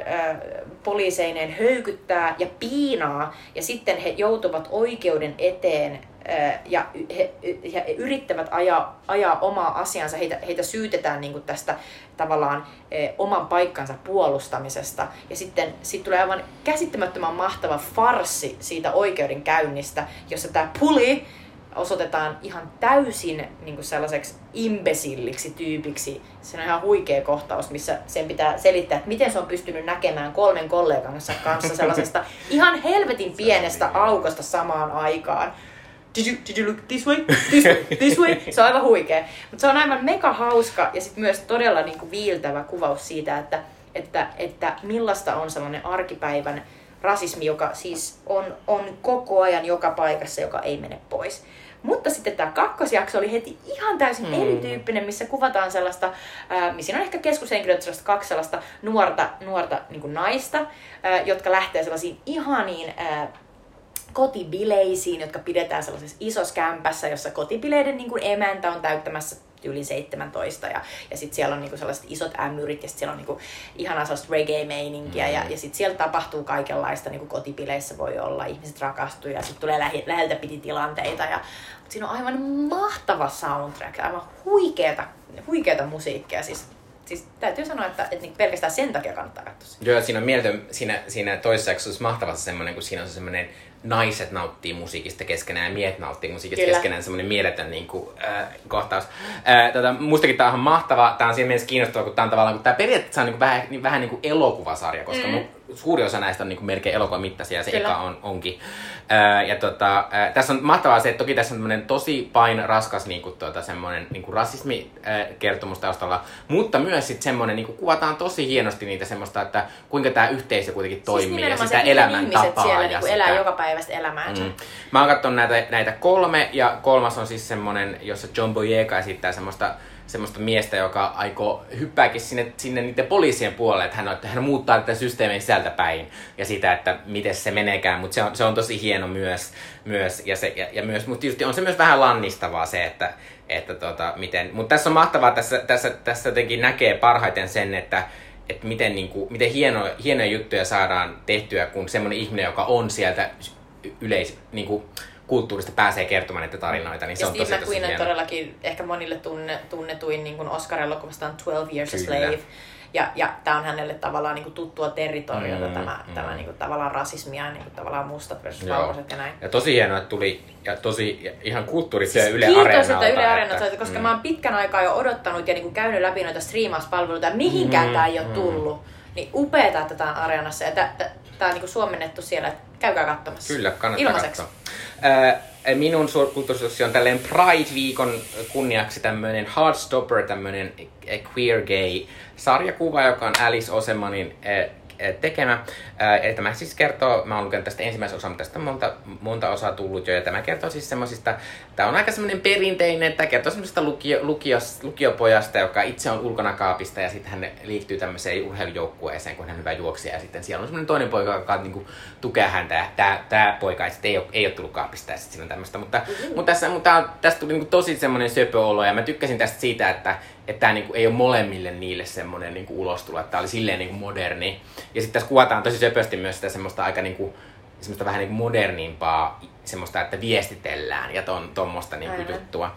poliiseineen höykyttää ja piinaa. Ja sitten he joutuvat oikeuden eteen ja he yrittävät ajaa omaa asiansa. Heitä syytetään niin kuin tästä tavallaan oman paikkansa puolustamisesta. Ja sitten tulee aivan käsittämättömän mahtava farssi siitä oikeudenkäynnistä, jossa tämä Pulley osoitetaan ihan täysin niin kuin sellaiseksi imbesilliksi tyypiksi. Se on ihan huikea kohtaus, missä sen pitää selittää, että miten se on pystynyt näkemään 3 kollegansa kanssa sellaisesta ihan helvetin pienestä aukosta samaan aikaan. Did you look this way? This way? Se on aivan huikea. Mutta se on aivan mega hauska ja sitten myös todella niin kuin viiltävä kuvaus siitä, että millaista on sellainen arkipäivän rasismi, joka siis on koko ajan joka paikassa, joka ei mene pois. Mutta sitten tämä kakkosjakso oli heti ihan täysin erityyppinen, missä kuvataan sellaista, missä on ehkä keskushenkilöt sellaista 2 sellaista nuorta niin kuin naista, jotka lähtee sellaisiin ihaniin kotibileisiin, jotka pidetään sellaisessa isossa kämpässä, jossa kotibileiden niin kuin emäntä on täyttämässä yli 17 ja sitten siellä on niinku sellaiset isot ämmyrit ja sitten siellä on niinku ihanaa sellaista reggae-meininkiä ja sitten siellä tapahtuu kaikenlaista, niinku kotipileissä voi olla, ihmiset rakastuu ja sitten tulee läheltä piti tilanteita mutta siinä on aivan mahtava soundtrack, aivan huikeata musiikkia siis täytyy sanoa, että pelkästään sen takia kannattaa katsoa sitä. Joo, siinä on mieletön, siinä toisessa jaksossa mahtavasti semmoinen, kun siinä on semmoinen naiset nauttii musiikista keskenään ja miehet nauttii musiikista keskenään, semmoinen mieletön kohtaus. Mustakin tää on ihan mahtava, tää on siinä mielessä kiinnostava, kun tää on tavallaan, kun tää periaatteessa on vähän niin kuin elokuvasarja, koska suuri osa näistä on niin kuin melkein elokuvan mittaisia ja se eka onkin. Tässä on mahtavaa se, että toki tässä on tämmönen tosi raskas semmoinen rasismikertomus taustalla, mutta myös sit semmoinen kuvataan tosi hienosti niitä semmoista, että kuinka tää yhteisö kuitenkin toimii ja sitä elämäntapaa. Siellä ja elää joka päivästä elämäänsä. Mä oon katsonut näitä 3 ja 3 on siis semmonen, jossa John Boyega esittää semmoista miestä, joka aikoo hyppääkin sinne niiden poliisien puolelle, että hän muuttaa tätä systeemiä sisältä päin ja sitä, että miten se meneekään, mutta se on tosi hieno myös ja myös, mutta tietysti on se myös vähän lannistavaa se, että miten, mutta tässä on mahtavaa, tässä jotenkin näkee parhaiten sen, että miten hienoja juttuja saadaan tehtyä, kun semmoinen ihminen, joka on sieltä kulttuurista pääsee kertomaan näitä tarinoita, niin se on tosi hieno. Steve McQueen on todellakin ehkä monille tunnetuin niin kuin Oscar-elokuvasta on 12 Years a Slave. Ja tämä on hänelle tavallaan niin kuin tuttua territoriota, tämä niin kuin tavallaan rasismia, niin kuin tavallaan mustat versus valkoiset ja näin. Ja tosi hienoa, että tuli ja tosi ihan kulttuurisia Yle Areenalta. Kiitos, että Yle Areenalta, koska mä oon pitkän aikaa jo odottanut ja niin kuin käynyt läpi noita striimauspalveluita ja mihinkään tää ei ole tullut. Niin upeeta, että tää on Areenassa ja tää on niin kuin suomennettu siellä, että käykää katsomassa. Kyllä, kannattaa katsoa. Minun kulttuurisuusi on tälleen Pride-viikon kunniaksi tämmöinen Heartstopper, tämmöinen queer gay sarjakuva, joka on Alice Osemanin tekemä. Eli tämä siis kertoo, mä oon lukenut tästä ensimmäisen osan, mutta tästä on monta osaa tullut jo, ja tämä kertoo siis semmosista, tämä on aika semmoinen perinteinen, tämä kertoo semmoisesta lukiopojasta, joka itse on ulkona kaapista, ja sitten hän liittyy tämmöiseen urheilujoukkueeseen, kun hän on hyvä juoksija, ja sitten siellä on semmoinen toinen poika, joka niinku tukee häntä, ja tämä poika ei ole tullut kaapista, ja sitten siinä on tämmöistä, mutta tästä tuli niinku tosi semmoinen söpöolo, ja mä tykkäsin tästä siitä, että tämä niinku ei ole molemmille niille semmoinen niinku ulostulo, että tämä oli silleen niinku moderni. Ja sitten tässä kuvataan tosi söpösti myös sitä semmoista aika niinku, semmoista vähän niinku modernimpaa, semmoista, että viestitellään ja tommoista niinku juttua.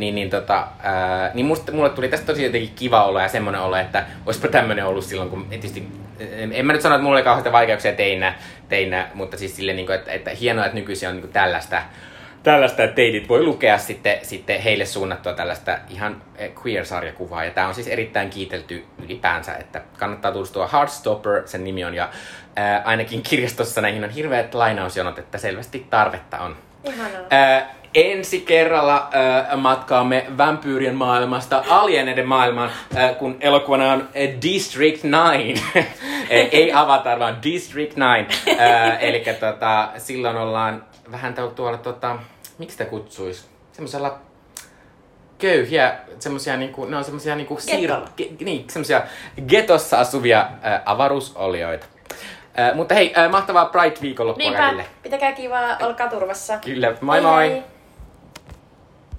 Niin mulle tuli tästä tosi jotenkin kiva olo ja semmoinen olo, että olisipa tämmöinen ollut silloin, kun tietysti, en mä nyt sano, että mulla oli kauheasti vaikeuksia teinä, mutta siis silleen, niinku, että hienoa, että nykyisin on niinku tällaista, että teidit voi lukea sitten heille suunnattua tällaista ihan queer-sarjakuvaa. Ja tämä on siis erittäin kiitelty ylipäänsä, että kannattaa tutustua. Heartstopper, sen nimi on, ja ainakin kirjastossa näihin on hirveät lainausjonot, että selvästi tarvetta on. Ihanaa. Ensi kerralla matkaamme vampyyrien maailmasta alieneiden maailmaan, kun elokuvana on District 9. Ei Avatar, vaan District 9. Eli silloin ollaan vähän tuolla, miksi sitä kutsuisi? Semmoisella köyhiä, semmosia niinku, ne on semmosia niinku semmosia getossa asuvia avaruusolioita. Mutta hei, mahtavaa Pride-viikonloppua kaikille. Pitäkää kivaa, olkaa turvassa. Kyllä, moi moi! Hei.